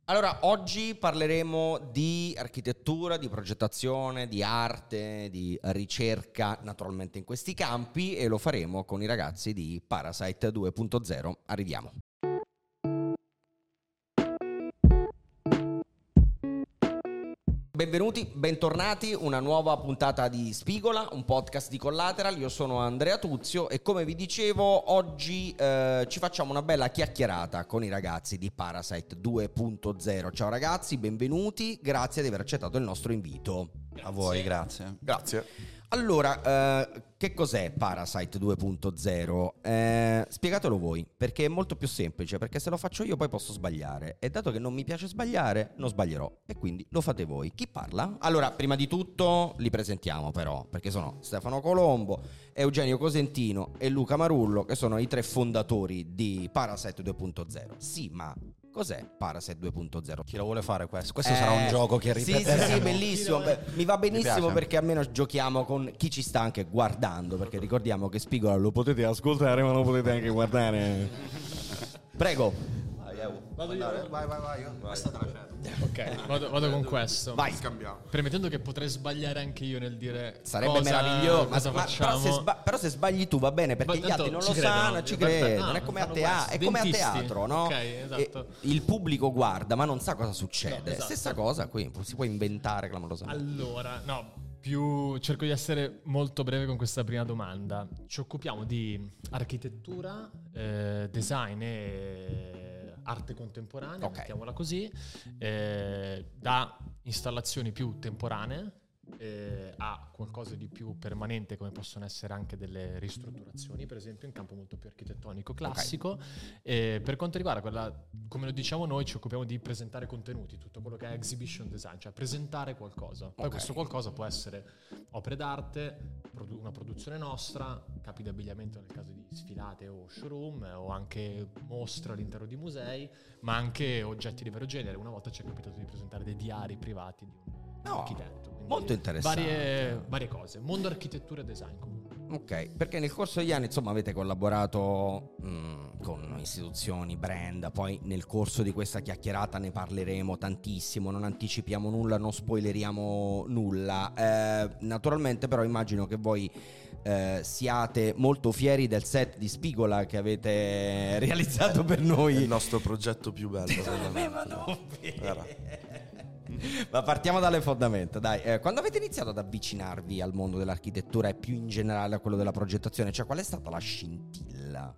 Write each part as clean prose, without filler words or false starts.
Allora, oggi parleremo di architettura, di progettazione, di arte, di ricerca, naturalmente in questi campi, e lo faremo con i ragazzi di Parasite 2.0. Arriviamo. Benvenuti, bentornati, una nuova puntata di Spigola, un podcast di Collateral. Io sono Andrea Tuzio e come vi dicevo oggi ci facciamo una bella chiacchierata con i ragazzi di Parasite 2.0. Ciao ragazzi, benvenuti, grazie di aver accettato il nostro invito. A voi, grazie. Grazie. Allora, che cos'è Parasite 2.0? Spiegatelo voi, perché è molto più semplice, perché se lo faccio io poi posso sbagliare, e dato che non mi piace sbagliare, non sbaglierò, e quindi lo fate voi. Chi parla? Allora, prima di tutto li presentiamo però, perché sono Stefano Colombo, Eugenio Cosentino e Luca Marullo, che sono i tre fondatori di Parasite 2.0. Sì, ma cos'è Parasite 2.0? Chi lo vuole fare questo? Questo sarà un gioco che ripeteremo. Sì, bellissimo. Mi va benissimo Mi perché almeno giochiamo con chi ci sta anche guardando, perché ricordiamo che Spigola lo potete ascoltare ma lo potete anche guardare. Prego. Vado io? Vai. Questa te la cedo. Ok, vado con questo. Vai. Scambiamo. Premettendo che potrei sbagliare anche io nel dire Sarebbe meraviglioso. cosa facciamo. Però se sbagli tu va bene, perché Ma gli altri non tanto lo ci sanno, credono. ci Perfetto. credono. Ah, È come a fanno teatro, questo. è come a Dentisti. teatro, no? Ok, esatto. E il pubblico guarda, ma non sa cosa succede. No, esatto. Stessa cosa qui, si può inventare clamorosamente. Allora, cerco di essere molto breve con questa prima domanda. Ci occupiamo di architettura, design e arte contemporanea, Ok. mettiamola così, da installazioni più temporanee a qualcosa di più permanente, come possono essere anche delle ristrutturazioni, per esempio in campo molto più architettonico classico. Per quanto riguarda quella, come lo diciamo noi, ci occupiamo di presentare contenuti, tutto quello che è exhibition design, cioè presentare qualcosa. Poi questo qualcosa può essere opere d'arte, una produzione nostra, capi di abbigliamento nel caso di sfilate o showroom, o anche mostre all'interno di musei, ma anche oggetti di vario genere. Una volta ci è capitato di presentare dei diari privati di un architetto. Quindi molto interessante. Varie cose. Mondo architettura e design comunque. Ok, perché nel corso degli anni insomma avete collaborato con istituzioni, brand, poi nel corso di questa chiacchierata ne parleremo tantissimo, non anticipiamo nulla, non spoileriamo nulla. Naturalmente però immagino che voi siate molto fieri del set di Spigola che avete realizzato per noi. Il nostro progetto più bello. Era. Ma partiamo dalle fondamenta, dai. Quando avete iniziato ad avvicinarvi al mondo dell'architettura e più in generale a quello della progettazione, cioè qual è stata la scintilla?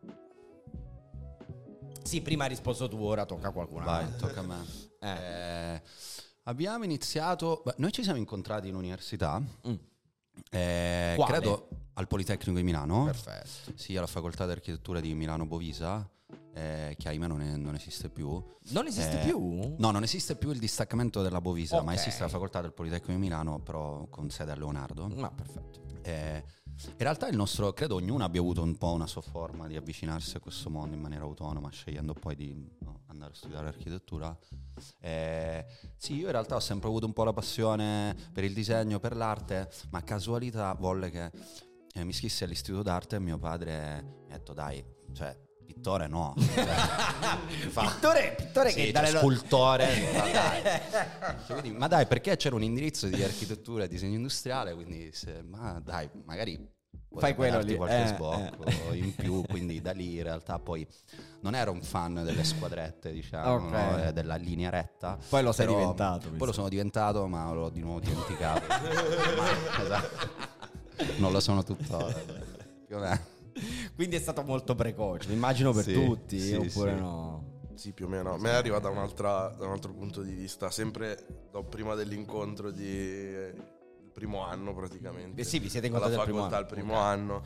Sì, prima hai risposto tu, ora tocca a qualcun altro. Vai, tocca a me. Abbiamo iniziato... noi ci siamo incontrati in università. Quale? Credo al Politecnico di Milano. Perfetto. Sì, alla facoltà di architettura di Milano Bovisa, che ahimè non esiste più. Non esiste più? No, non esiste più il distaccamento della Bovisa, ma Ok. esiste la facoltà del Politecnico di Milano, però con sede a Leonardo. Ma perfetto. In realtà credo ognuno abbia avuto un po' una sua forma di avvicinarsi a questo mondo in maniera autonoma, scegliendo poi di andare a studiare architettura. Sì, io in realtà ho sempre avuto un po' la passione per il disegno, per l'arte, ma casualità volle che mi iscrissi all'istituto d'arte e mio padre mi ha detto dai, cioè pittore no, Pittore sì, che dalle scultore ma dai, perché c'era un indirizzo di architettura e disegno industriale, quindi ma dai, magari fai quello darti lì, qualche sbocco in più, quindi da lì in realtà poi non ero un fan delle squadrette, diciamo, Ok. no, della linea retta. Poi lo sei però diventato, poi lo sono diventato, ma l'ho di nuovo dimenticato. Esatto. Non lo sono tuttora, più o meno. Quindi è stato molto precoce, immagino per Sì, tutti, sì, oppure sì. no? Sì, più o meno. A me arriva da un altro punto di vista, sempre prima dell'incontro il primo anno praticamente. Sì, vi siete alla incontrati facoltà al il primo primo anno.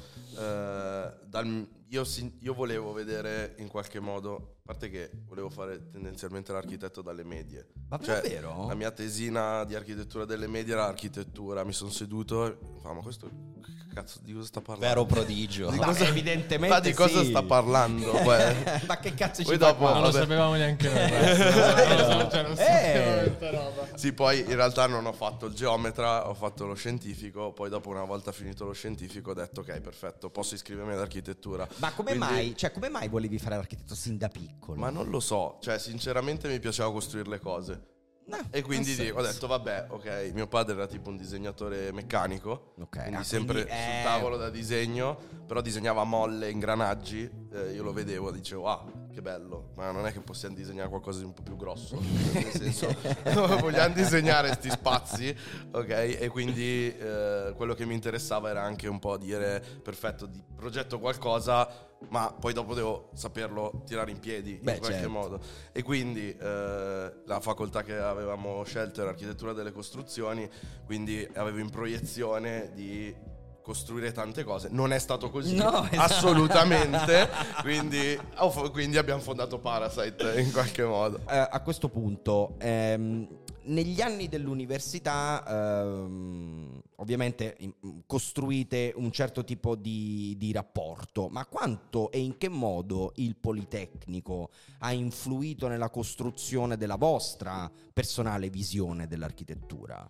Io volevo vedere in qualche modo, a parte che volevo fare tendenzialmente l'architetto dalle medie. Ma davvero? La mia tesina di architettura delle medie era architettura. Mi sono seduto e ma questo cazzo di cosa sta parlando? Vero prodigio. Di Ma cosa- evidentemente Ma di cosa sì. sta parlando? Ma che cazzo Poi ci fa dopo- qua? Non lo vabbè. sapevamo neanche noi. Non lo sapevamo questa roba. Sì, poi in realtà non ho fatto il geometra, ho fatto lo scientifico, poi dopo una volta finito lo scientifico ho detto ok, perfetto, posso iscrivermi ad architettura. Ma come mai? Cioè, come mai volevi fare l'architetto sin da piccolo? Ma non lo so, cioè sinceramente mi piaceva costruire le cose. No, E quindi ha senso. ho detto vabbè, ok, mio padre era tipo un disegnatore meccanico, Ok, quindi ah, sempre quindi, sul tavolo da disegno, però disegnava molle, ingranaggi, io lo vedevo, dicevo ah, che bello, ma non è che possiamo disegnare qualcosa di un po' più grosso, nel senso vogliamo disegnare sti spazi, ok? E quindi quello che mi interessava era anche un po' dire perfetto, progetto qualcosa, ma poi dopo devo saperlo tirare in piedi in qualche certo. modo. E quindi la facoltà che avevamo scelto era architettura delle costruzioni, quindi avevo in proiezione di costruire tante cose. Non è stato così, No, esatto. assolutamente. quindi abbiamo fondato Parasite in qualche modo. A questo punto, negli anni dell'università, ovviamente costruite un certo tipo di rapporto, ma quanto e in che modo il Politecnico ha influito nella costruzione della vostra personale visione dell'architettura?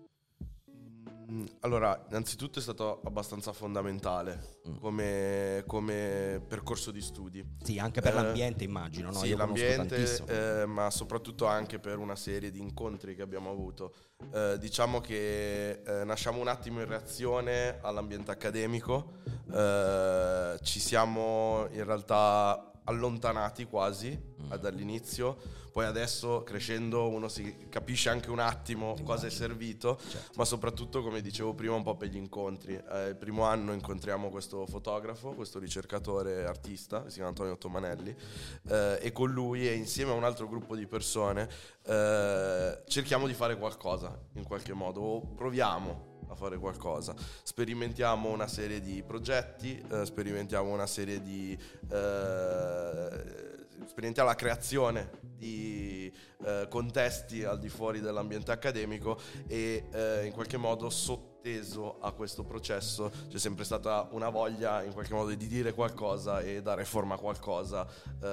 Allora, innanzitutto è stato abbastanza fondamentale come percorso di studi. Sì, anche per l'ambiente immagino, no? Sì, Io conosco tantissimo. l'ambiente, ma soprattutto anche per una serie di incontri che abbiamo avuto. Diciamo che nasciamo un attimo in reazione all'ambiente accademico, ci siamo in realtà allontanati quasi dall'inizio, poi adesso crescendo uno si capisce anche un attimo cosa è servito, ma soprattutto come dicevo prima un po' per gli incontri. Il primo anno incontriamo questo fotografo, questo ricercatore artista, si chiama Antonio Tomanelli, e con lui e insieme a un altro gruppo di persone cerchiamo di fare qualcosa in qualche modo, o proviamo a fare qualcosa, sperimentiamo una serie di progetti, sperimentiamo una serie di sperimentiamo la creazione di contesti al di fuori dell'ambiente accademico e in qualche modo sotteso a questo processo c'è sempre stata una voglia in qualche modo di dire qualcosa e dare forma a qualcosa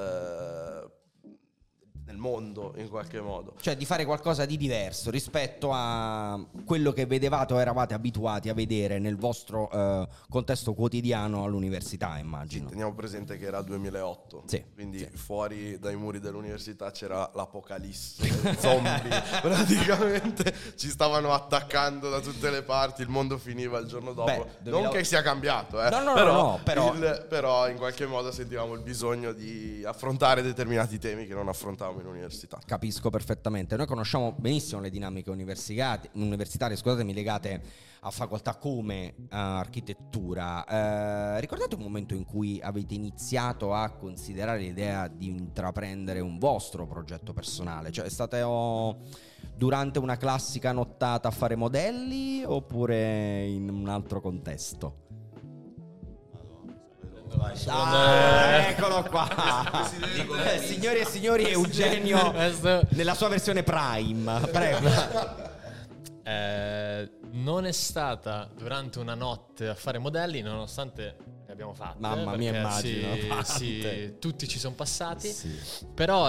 nel mondo in qualche modo. Cioè di fare qualcosa di diverso rispetto a quello che vedevate o eravate abituati a vedere nel vostro contesto quotidiano all'università, immagino. Teniamo presente che era 2008, Sì, quindi sì. fuori dai muri dell'università c'era l'apocalisse, zombie, praticamente ci stavano attaccando da tutte le parti, il mondo finiva il giorno dopo. Beh, 2000... Non che sia cambiato, No, però... però in qualche modo sentivamo il bisogno di affrontare determinati temi che non affrontavamo in università. Capisco perfettamente. Noi conosciamo benissimo le dinamiche universitarie, scusatemi, legate a facoltà come architettura. Ricordate un momento in cui avete iniziato a considerare l'idea di intraprendere un vostro progetto personale? Cioè è stato durante una classica nottata a fare modelli oppure in un altro contesto? Eccolo qua. Signori e signori, Eugenio nella sua versione Prime. Prego. Non è stata durante una notte a fare modelli, nonostante ne abbiamo fatte. Mamma mia, immagino. Sì, tutti ci sono passati. Sì. Però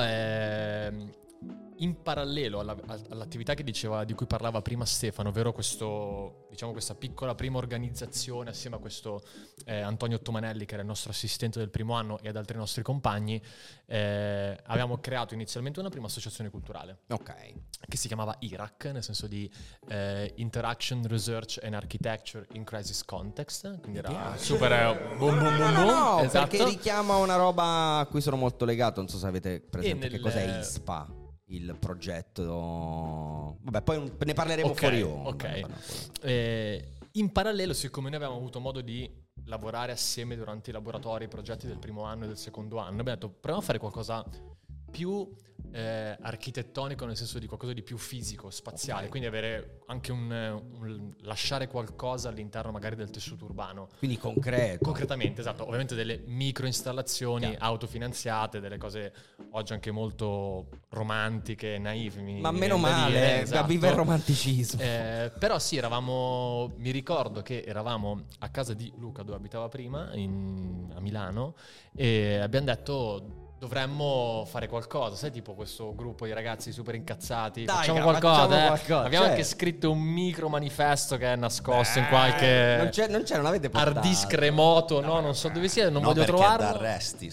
in parallelo all'attività di cui parlava prima Stefano, ovvero questa piccola prima organizzazione assieme a questo Antonio Tomanelli, che era il nostro assistente del primo anno, e ad altri nostri compagni, abbiamo creato inizialmente una prima associazione culturale, Ok. che si chiamava IRAC, nel senso di Interaction, Research and Architecture in Crisis Context, quindi era super boom boom boom boom. No, Esatto. perché richiama una roba a cui sono molto legato. Non so se avete presente che nel- cos'è ISPA, il progetto. Vabbè, poi ne parleremo Ok, fuori onda. ok. In parallelo, siccome noi avevamo avuto modo di lavorare assieme durante i laboratori, i progetti del primo anno e del secondo anno, abbiamo detto proviamo a fare qualcosa più architettonico, nel senso di qualcosa di più fisico, spaziale, quindi avere anche lasciare qualcosa all'interno magari del tessuto urbano. Quindi concreto. Concretamente, esatto, ovviamente delle micro installazioni autofinanziate, delle cose oggi anche molto romantiche, naive. Ma meno male, esatto. viva il romanticismo. Però sì, mi ricordo che eravamo a casa di Luca, dove abitava prima, a Milano, e abbiamo detto dovremmo fare qualcosa, sai, tipo questo gruppo di ragazzi super incazzati, Dai, facciamo facciamo qualcosa. qualcosa, Abbiamo cioè. anche scritto un micro manifesto che è nascosto in qualche non avete portato. hard disk remoto, non so dove sia, non voglio perché trovarlo. da arresti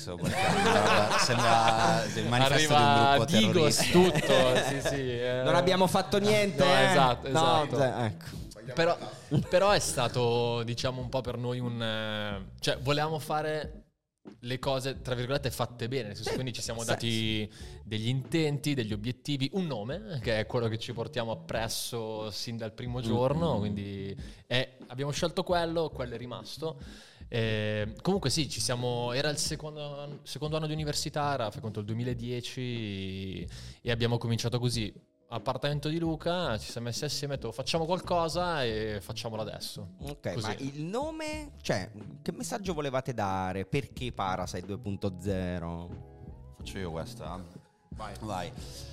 sembra il manifesto di un Arriva gruppo Digos, terroristico. tutto, sì. Non abbiamo fatto niente. No, esatto. Ecco. Però è stato, diciamo, un po' per noi cioè, volevamo fare le cose, tra virgolette, fatte bene, nel senso, quindi ci siamo dati degli intenti, degli obiettivi, un nome, che è quello che ci portiamo appresso sin dal primo giorno, quindi abbiamo scelto quello è rimasto. Comunque sì, era il secondo anno di università, era il 2010 e abbiamo cominciato così. Appartamento di Luca, ci siamo messi assieme e detto facciamo qualcosa e facciamolo adesso. Ok, così. ma il nome, cioè, che messaggio volevate dare? Perché Parasite 2.0? Faccio io questa? Vai.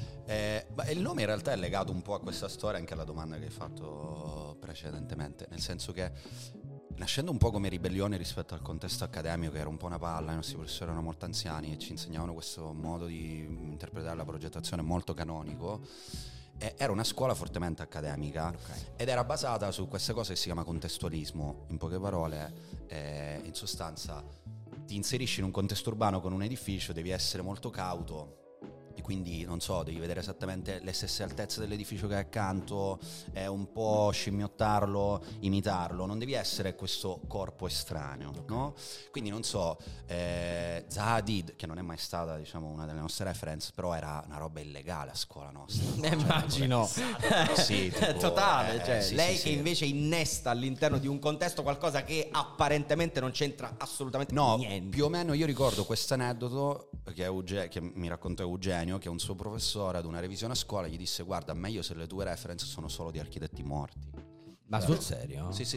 Il nome in realtà è legato un po' a questa storia, anche alla domanda che hai fatto precedentemente, nel senso che nascendo un po' come ribellione rispetto al contesto accademico, che era un po' una palla, i nostri professori erano molto anziani e ci insegnavano questo modo di interpretare la progettazione molto canonico. Era una scuola fortemente accademica, ed era basata su questa cosa che si chiama contestualismo. In poche parole, in sostanza, ti inserisci in un contesto urbano con un edificio, devi essere molto cauto. E quindi, non so, devi vedere esattamente le stesse altezze dell'edificio che è accanto, un po' scimmiottarlo, imitarlo, non devi essere questo corpo estraneo, no? Quindi, non so, Zaha Hadid, che non è mai stata, diciamo, una delle nostre reference, però era una roba illegale a scuola nostra. Immagino. Sì, tipo, Totale, cioè, sì, lei sì, che sì. invece innesta all'interno di un contesto qualcosa che apparentemente non c'entra assolutamente niente. Più o meno io ricordo questo aneddoto che mi raccontò Eugenio, che un suo professore ad una revisione a scuola gli disse: guarda, meglio se le tue reference sono solo di architetti morti. Ma sul serio? Sì.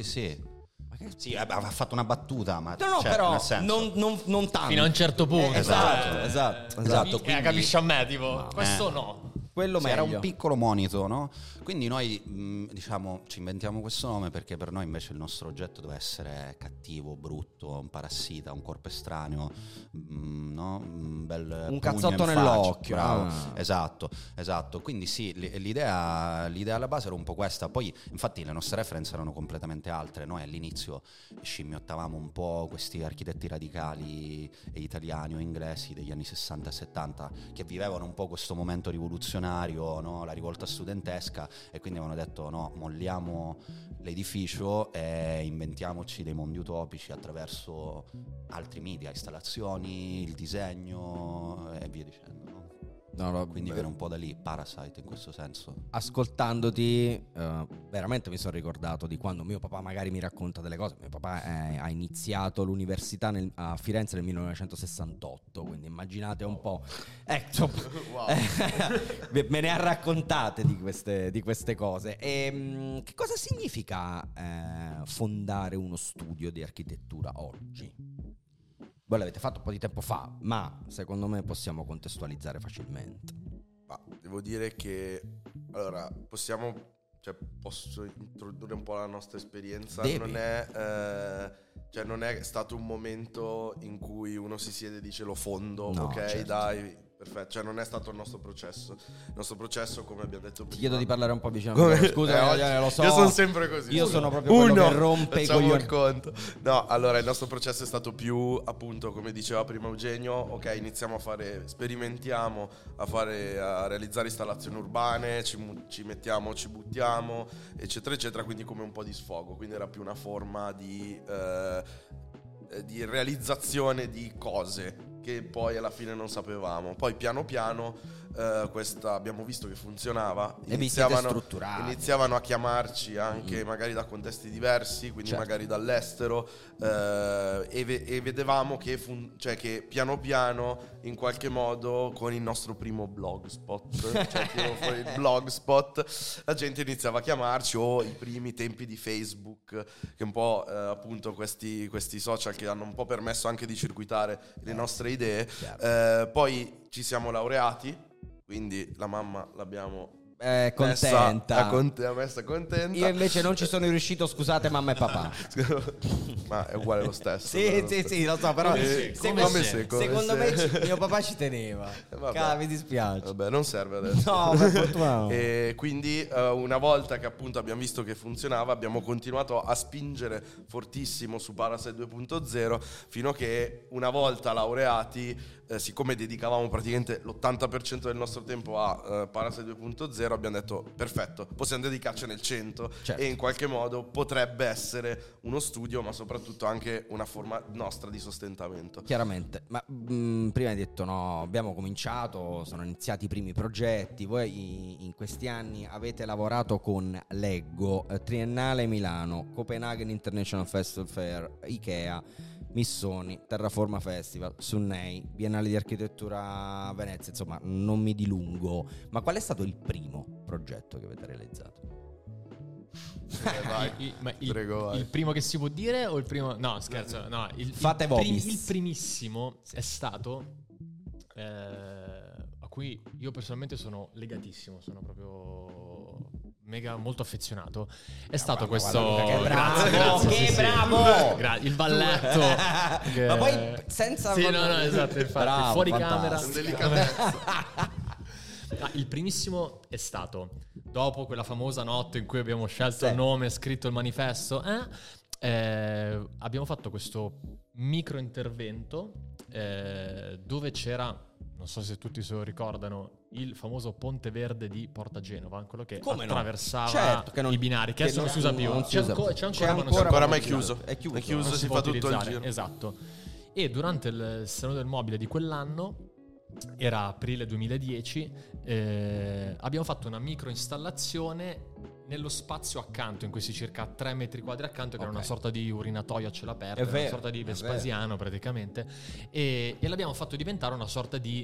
Sì, ha fatto una battuta, ma No, cioè, però nel senso, non tanto. Fino a un certo punto. Esatto, quindi- Capisci a me, tipo, questo no. Quello sì, meglio. era un piccolo monito, no? Quindi noi diciamo ci inventiamo questo nome perché per noi invece il nostro oggetto deve essere cattivo, brutto, un parassita, un corpo estraneo, no? Un bel Un pugno cazzotto in nell'occhio. faccia, bravo. Ah. Esatto. Quindi sì, l'idea alla base era un po' questa. Poi infatti le nostre reference erano completamente altre. Noi all'inizio scimmiottavamo un po' questi architetti radicali italiani o inglesi degli anni 60 e 70 che vivevano un po' questo momento rivoluzionario, no? La rivolta studentesca, e quindi avevano detto: no, molliamo l'edificio e inventiamoci dei mondi utopici attraverso altri media, installazioni, il disegno e via dicendo, no? Quindi viene un po' da lì Parasite in questo senso. Ascoltandoti veramente mi sono ricordato di quando mio papà magari mi racconta delle cose. Mio papà ha iniziato l'università a Firenze nel 1968, quindi immaginate un po'. Me ne ha raccontate di queste cose. E che cosa significa fondare uno studio di architettura oggi? Voi l'avete fatto un po' di tempo fa, ma secondo me possiamo contestualizzare facilmente. Ma devo dire che allora posso introdurre un po' la nostra esperienza. Devi. Non è stato un momento in cui uno si siede e dice lo fondo, No, ok, certo. dai, perfetto. Cioè non è stato il nostro processo. Il nostro processo, come abbiamo detto prima. Ti chiedo di parlare un po' vicino. Come- Scusa, oggi- lo so. Io sono sempre così. Io sono proprio quello che rompe i facciamo coglioni. il conto. No, allora il nostro processo è stato più, appunto, come diceva prima Eugenio, ok, iniziamo sperimentiamo a realizzare installazioni urbane, ci mettiamo, ci buttiamo, eccetera, eccetera, quindi come un po' di sfogo. Quindi era più una forma di realizzazione di cose che poi alla fine non sapevamo. Poi piano piano abbiamo visto che funzionava, E vi siete strutturati. iniziavano a chiamarci anche magari da contesti diversi, quindi Certo. magari dall'estero, e vedevamo che piano piano in qualche modo con il nostro primo blogspot, cioè tiro fuori il blogspot, la gente iniziava a chiamarci, o i primi tempi di Facebook, che un po' appunto questi social che hanno un po' permesso anche di circuitare le nostre idee. Poi ci siamo laureati, quindi la mamma l'abbiamo contenta. A me sta contenta. Io invece non ci sono riuscito, scusate mamma e papà. Ma è uguale lo stesso. Sì, lo so, però secondo me mio papà ci teneva. Mi dispiace. Vabbè, non serve adesso. No, per fortuna no. E quindi una volta che appunto abbiamo visto che funzionava, abbiamo continuato a spingere fortissimo su Parasite 2.0 fino a che una volta laureati, siccome dedicavamo praticamente l'80% del nostro tempo a Parasite 2.0, abbiamo detto perfetto, possiamo dedicarci nel 100, certo. E in qualche modo potrebbe essere uno studio, ma soprattutto anche una forma nostra di sostentamento. Chiaramente, ma prima hai detto no, abbiamo cominciato, sono iniziati i primi progetti, voi in questi anni avete lavorato con Leggo, Triennale Milano, Copenaghen International Festival Fair, Ikea, Missoni, Terraforma Festival, Sunnei, Biennale di Architettura a Venezia, insomma non mi dilungo, ma qual è stato il primo progetto che avete realizzato? Vai, prego, vai. Il primo che si può dire o il primo? No, scherzo. No, il primissimo è stato a cui io personalmente sono legatissimo, sono proprio mega molto affezionato. È stato questo. Che bravo! Il balletto. Ma poi senza. Sì, no, esatto. Infatti, fuori camera. Il primissimo è stato dopo quella famosa notte in cui abbiamo scelto il nome, scritto il manifesto. Abbiamo fatto questo micro intervento dove c'era, non so se tutti se lo ricordano, il famoso Ponte Verde di Porta Genova, quello che attraversava i binari, che adesso non si usa più. C'è ancora mai chiuso. È chiuso, si fa tutto il giro. Esatto. E durante il Salone del Mobile di quell'anno, era aprile 2010, abbiamo fatto una micro installazione nello spazio accanto, in questi circa 3 metri quadri accanto, che era una sorta di urinatoio a cielo aperto, una sorta di Vespasiano praticamente, e l'abbiamo fatto diventare una sorta di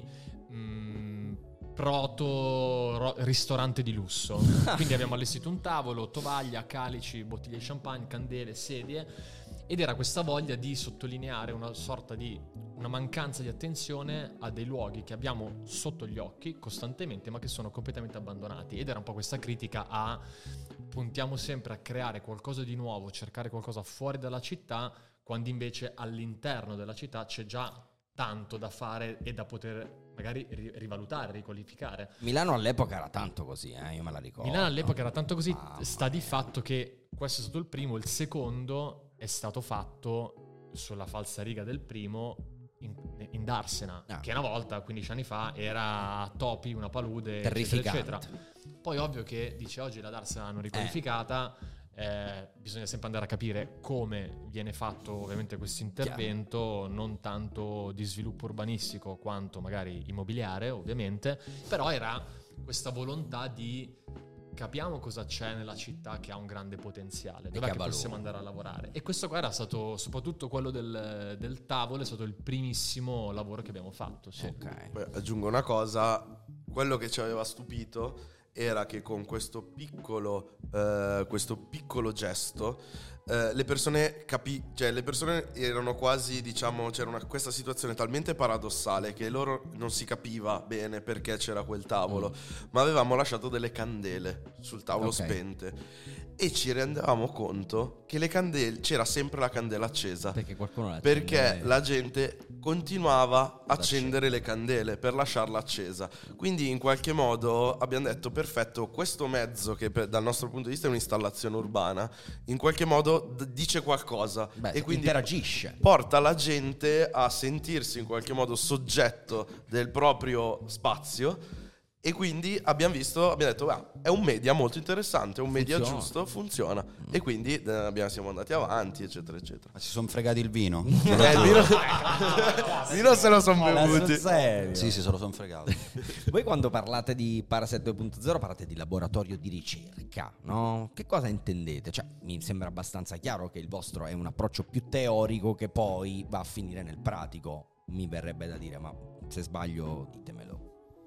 proto ristorante di lusso. Quindi abbiamo allestito un tavolo, tovaglia, calici, bottiglie di champagne, candele, sedie, ed era questa voglia di sottolineare una sorta di una mancanza di attenzione a dei luoghi che abbiamo sotto gli occhi costantemente, ma che sono completamente abbandonati. Ed era un po' questa critica a puntiamo sempre a creare qualcosa di nuovo, cercare qualcosa fuori dalla città, quando invece all'interno della città c'è già tanto da fare e da poter magari rivalutare, riqualificare. Milano all'epoca era tanto così, io me la ricordo. Milano all'epoca era tanto così, sta di fatto che questo è stato il primo, il secondo è stato fatto sulla falsariga del primo in Darsena, che una volta, 15 anni fa, era a Topi, una palude, terrificante, eccetera. Poi ovvio che dice oggi la Darsena l'hanno riqualificata, bisogna sempre andare a capire come viene fatto ovviamente questo intervento, non tanto di sviluppo urbanistico quanto magari immobiliare ovviamente, però era questa volontà di capiamo cosa c'è nella città che ha un grande potenziale, dov'è che possiamo andare a lavorare. E questo qua era stato, soprattutto quello del tavolo, è stato il primissimo lavoro che abbiamo fatto. Sì. Okay. Beh, aggiungo una cosa, quello che ci aveva stupito era che con questo piccolo gesto le persone le persone erano quasi, diciamo, c'era questa situazione talmente paradossale che loro non si capiva bene perché c'era quel tavolo, ma avevamo lasciato delle candele sul tavolo spente e ci rendevamo conto che le candele, c'era sempre la candela accesa perché la gente continuava a accendere le candele per lasciarla accesa. Quindi in qualche modo abbiamo detto perfetto, questo mezzo che dal nostro punto di vista è un'installazione urbana, in qualche modo dice qualcosa e quindi interagisce, porta la gente a sentirsi in qualche modo soggetto del proprio spazio. E quindi abbiamo detto è un media molto interessante, è un media giusto, funziona. E quindi siamo andati avanti, eccetera, eccetera. Ma si sono fregati il vino? Il vino se lo sono bevuti. Sì, se lo sono fregati. Voi quando parlate di Parasite 2.0 parlate di laboratorio di ricerca, no? Che cosa intendete? Cioè, mi sembra abbastanza chiaro che il vostro è un approccio più teorico che poi va a finire nel pratico. Mi verrebbe da dire, ma se sbaglio ditemelo.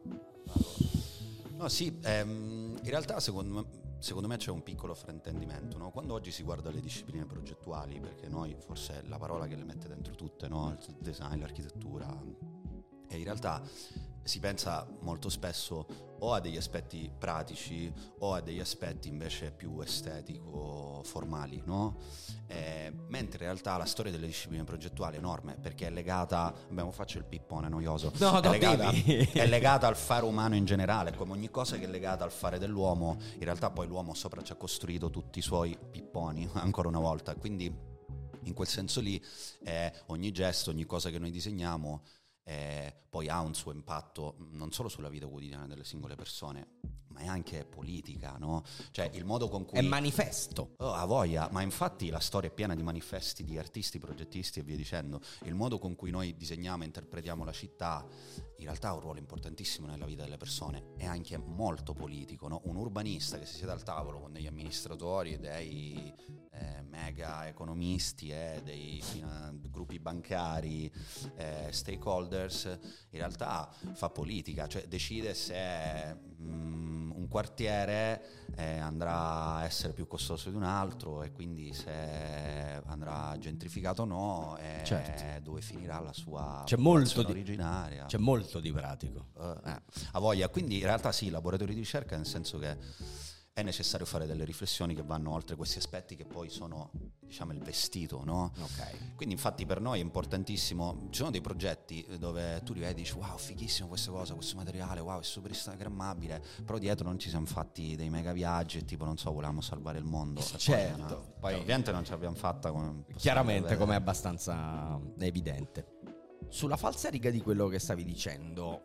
No, sì, in realtà secondo me c'è un piccolo fraintendimento, no? Quando oggi si guarda le discipline progettuali, perché noi forse è la parola che le mette dentro tutte, no? Il design, l'architettura, e in realtà si pensa molto spesso o a degli aspetti pratici o a degli aspetti invece più estetico formali, no? Mentre in realtà la storia delle discipline progettuali è enorme, perché è legata, faccio il pippone noioso, No, è legata al fare umano in generale, come ogni cosa che è legata al fare dell'uomo. In realtà poi l'uomo sopra ci ha costruito tutti i suoi pipponi ancora una volta, quindi in quel senso lì ogni gesto, ogni cosa che noi disegniamo poi ha un suo impatto non solo sulla vita quotidiana delle singole persone, ma è anche politica, no? Cioè il modo con cui... È manifesto. Oh, ha voglia, ma infatti la storia è piena di manifesti di artisti, progettisti e via dicendo. Il modo con cui noi disegniamo e interpretiamo la città in realtà ha un ruolo importantissimo nella vita delle persone, è anche molto politico, no? Un urbanista che si siede al tavolo con degli amministratori e dei mega economisti e dei gruppi bancari, stakeholders, in realtà fa politica, cioè decide se un quartiere andrà a essere più costoso di un altro e quindi se andrà gentrificato o no, Certo. dove finirà la sua C'è molto popolazione di- originaria. C'è molto di pratico. Ha voglia, quindi in realtà sì, laboratori di ricerca, nel senso che è necessario fare delle riflessioni che vanno oltre questi aspetti che poi sono, diciamo, il vestito, no? Ok. Quindi infatti per noi è importantissimo, ci sono dei progetti dove tu li vedi e dici wow, fighissimo questa cosa, questo materiale, wow, è super instagrammabile, però dietro non ci siamo fatti dei mega viaggi e tipo, non so, volevamo salvare il mondo. Certo. Poi ovviamente non ce l'abbiamo fatta come... Chiaramente, come è abbastanza evidente. Sulla falsariga di quello che stavi dicendo,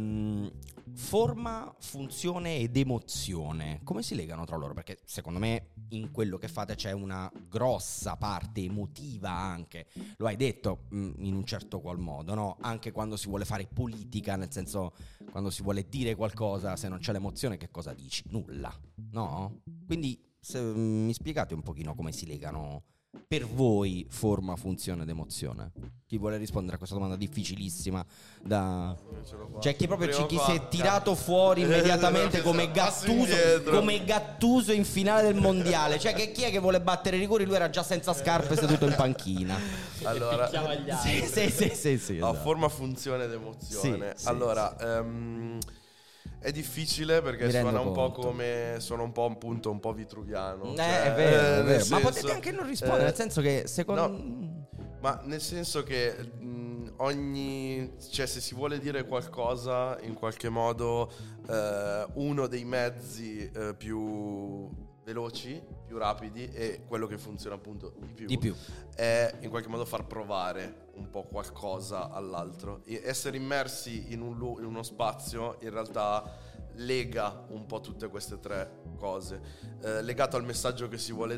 forma, funzione ed emozione, come si legano tra loro? Perché secondo me in quello che fate c'è una grossa parte emotiva anche, lo hai detto in un certo qual modo, no? Anche quando si vuole fare politica, nel senso quando si vuole dire qualcosa, se non c'è l'emozione che cosa dici? Nulla, no? Quindi mi spiegate un pochino come si legano per voi forma, funzione ed emozione? Chi vuole rispondere a questa domanda difficilissima? Cioè chi si è tirato fuori immediatamente come Gattuso in finale del mondiale. Cioè chi è che vuole battere i rigori? Lui era già senza scarpe seduto in panchina. Allora, Picchiava gli altri. Sì, esatto. forma, funzione ed emozione. Sì, Allora, è difficile perché Mi rendo suona un po' conto. come sono un po' appunto un po' vitruviano. È vero, è nel vero. Ma senso- potete anche non rispondere, nel senso che secondo Ma nel senso che cioè se si vuole dire qualcosa in qualche modo, uno dei mezzi più veloci, più rapidi e quello che funziona appunto di più. è in qualche modo far provare un po' qualcosa all'altro. Essere immersi in uno spazio in realtà lega un po' tutte queste tre cose, legato al messaggio che si vuole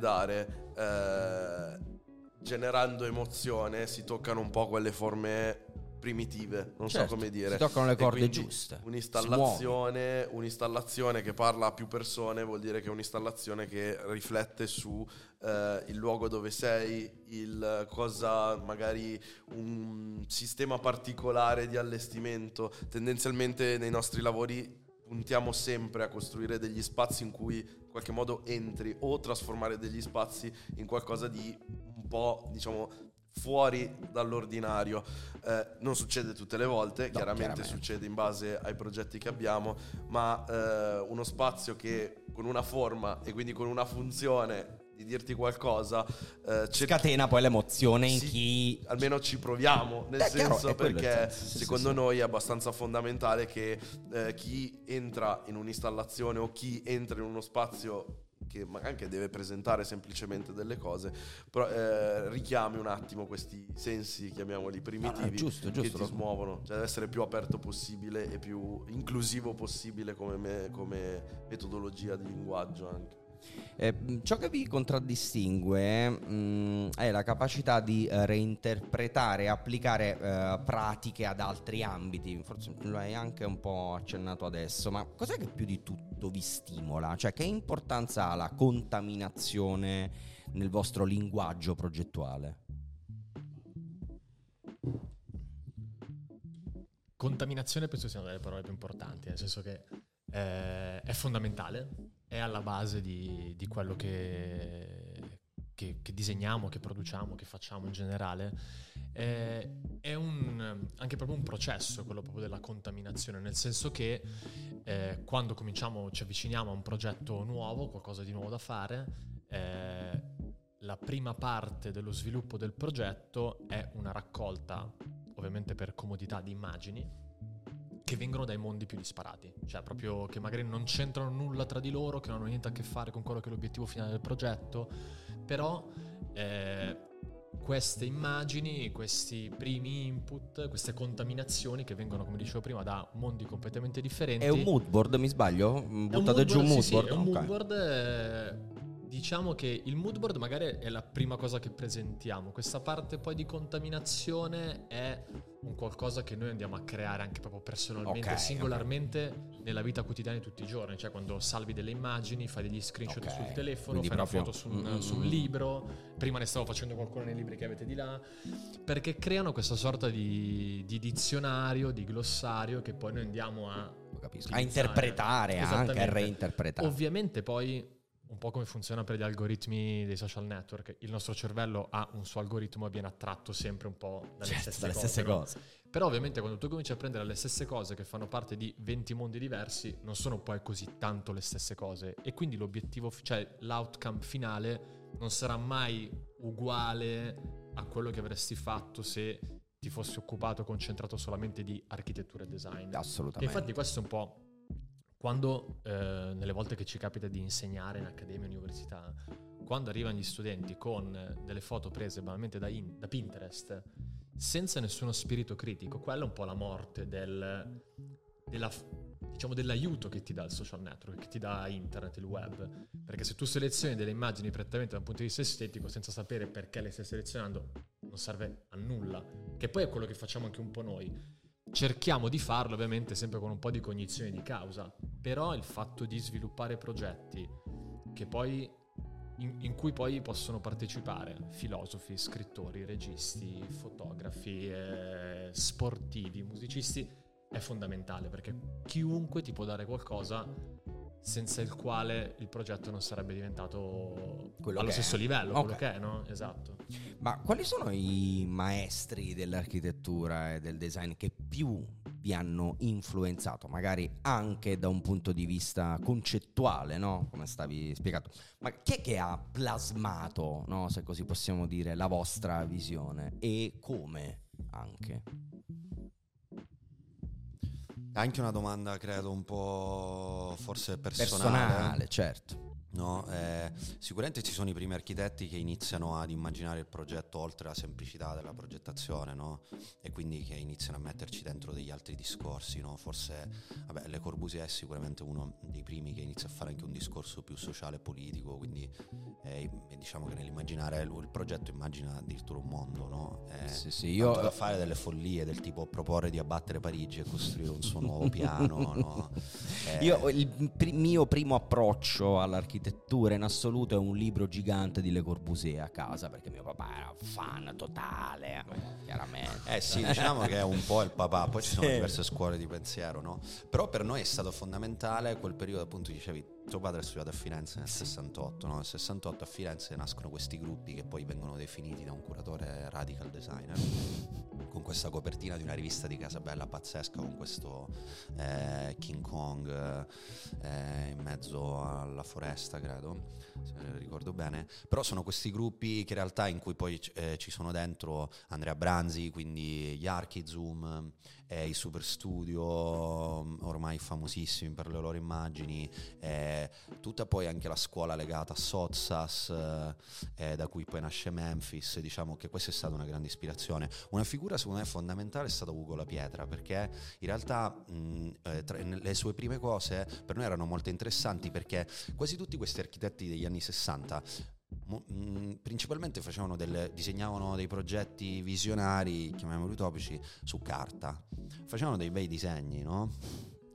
dare, generando emozione si toccano un po' quelle forme primitive, non Certo, so come dire. si toccano le E corde quindi giuste. Un'installazione che parla a più persone vuol dire che è un'installazione che riflette su il luogo dove sei, il cosa, magari un sistema particolare di allestimento. Tendenzialmente nei nostri lavori puntiamo sempre a costruire degli spazi in cui in qualche modo entri o trasformare degli spazi in qualcosa di un po', diciamo, fuori dall'ordinario. Non succede tutte le volte, chiaramente succede in base ai progetti che abbiamo, ma uno spazio che con una forma e quindi con una funzione di dirti qualcosa Scatena poi l'emozione in chi almeno ci proviamo, nel chiaro, senso, è quello il perché senso, sì, secondo sì. noi è abbastanza fondamentale che chi entra in un'installazione o chi entra in uno spazio che anche deve presentare semplicemente delle cose, però richiami un attimo questi sensi, chiamiamoli primitivi, giusto, che ti smuovono. Cioè deve essere più aperto possibile e più inclusivo possibile come metodologia di linguaggio anche. Ciò che vi contraddistingue è la capacità di reinterpretare e applicare pratiche ad altri ambiti. Forse lo hai anche un po' accennato adesso, ma cos'è che più di tutto vi stimola? Cioè, che importanza ha la contaminazione nel vostro linguaggio progettuale? Contaminazione penso siano delle parole più importanti, nel senso che è fondamentale, è alla base di quello che che disegniamo, che produciamo, che facciamo in generale, è anche proprio un processo, quello proprio della contaminazione, nel senso che quando ci avviciniamo a un progetto nuovo, qualcosa di nuovo da fare, la prima parte dello sviluppo del progetto è una raccolta, ovviamente per comodità, di immagini che vengono dai mondi più disparati, cioè proprio che magari non c'entrano nulla tra di loro, che non hanno niente a che fare con quello che è l'obiettivo finale del progetto, però queste immagini, questi primi input, queste contaminazioni che vengono, come dicevo prima, da mondi completamente differenti. È un mood board, mi sbaglio? Buttate giù un mood board? Sì, è un mood board. Diciamo che il mood board magari è la prima cosa che presentiamo. Questa parte poi di contaminazione è un qualcosa che noi andiamo a creare anche proprio personalmente, singolarmente, nella vita quotidiana di tutti i giorni. Cioè quando salvi delle immagini, fai degli screenshot sul telefono, quindi fai proprio una foto sul libro. Prima ne stavo facendo qualcuno nei libri che avete di là, perché creano questa sorta di dizionario, di glossario che poi noi andiamo a interpretare, anche a reinterpretare. Ovviamente poi, un po' come funziona per gli algoritmi dei social network, il nostro cervello ha un suo algoritmo e viene attratto sempre un po' dalle stesse cose. Però ovviamente quando tu cominci a prendere le stesse cose che fanno parte di 20 mondi diversi, non sono poi così tanto le stesse cose, e quindi l'obiettivo, cioè l'outcome finale non sarà mai uguale a quello che avresti fatto se ti fossi occupato, concentrato solamente di architettura e design. Assolutamente. E infatti questo è un po', quando nelle volte che ci capita di insegnare in accademia, università, quando arrivano gli studenti con delle foto prese banalmente da Pinterest, senza nessuno spirito critico, quella è un po' la morte dell'aiuto che ti dà il social network, che ti dà internet, il web. Perché se tu selezioni delle immagini prettamente da un punto di vista estetico, senza sapere perché le stai selezionando, non serve a nulla. Che poi è quello che facciamo anche un po' noi. Cerchiamo di farlo ovviamente sempre con un po' di cognizione di causa, però il fatto di sviluppare progetti che poi in cui poi possono partecipare filosofi, scrittori, registi, fotografi, sportivi, musicisti, è fondamentale, perché chiunque ti può dare qualcosa senza il quale il progetto non sarebbe diventato allo stesso livello, quello che è, no? Esatto. Ma quali sono i maestri dell'architettura e del design che più vi hanno influenzato, magari anche da un punto di vista concettuale, no? Come stavi spiegando. Ma chi è che ha plasmato, no? Se così possiamo dire, la vostra visione, e come anche? Anche una domanda, credo, un po' forse personale, certo. No? Sicuramente ci sono i primi architetti che iniziano ad immaginare il progetto oltre la semplicità della progettazione, no? E quindi che iniziano a metterci dentro degli altri discorsi, no? Forse Le Corbusier è sicuramente uno dei primi che inizia a fare anche un discorso più sociale e politico, quindi diciamo che nell'immaginare il progetto immagina addirittura un mondo, no? Io da fare delle follie del tipo proporre di abbattere Parigi e costruire un suo nuovo piano, no? Io il mio primo approccio all'architettura in assoluto è un libro gigante di Le Corbusier a casa, perché mio papà era un fan totale, chiaramente. Sì, diciamo che è un po' il papà, poi ci sono diverse scuole di pensiero, no? Però per noi è stato fondamentale quel periodo, appunto, dicevi, tuo padre ha studiato a Firenze nel 68, no? Nel 68 a Firenze nascono questi gruppi che poi vengono definiti da un curatore radical designer, con questa copertina di una rivista di Casabella pazzesca, con questo King Kong in mezzo alla foresta, credo, se ricordo bene. Però sono questi gruppi che in realtà in cui poi ci sono dentro Andrea Branzi, quindi gli Archizoom, i Super Studio, ormai famosissimi per le loro immagini, tutta poi anche la scuola legata a Sotsas, da cui poi nasce Memphis. Diciamo che questa è stata una grande ispirazione. Una figura secondo me fondamentale è stata Ugo La Pietra, perché in realtà le sue prime cose per noi erano molto interessanti, perché quasi tutti questi architetti degli anni 60 principalmente disegnavano dei progetti visionari, chiamiamoli utopici, su carta, facevano dei bei disegni, no?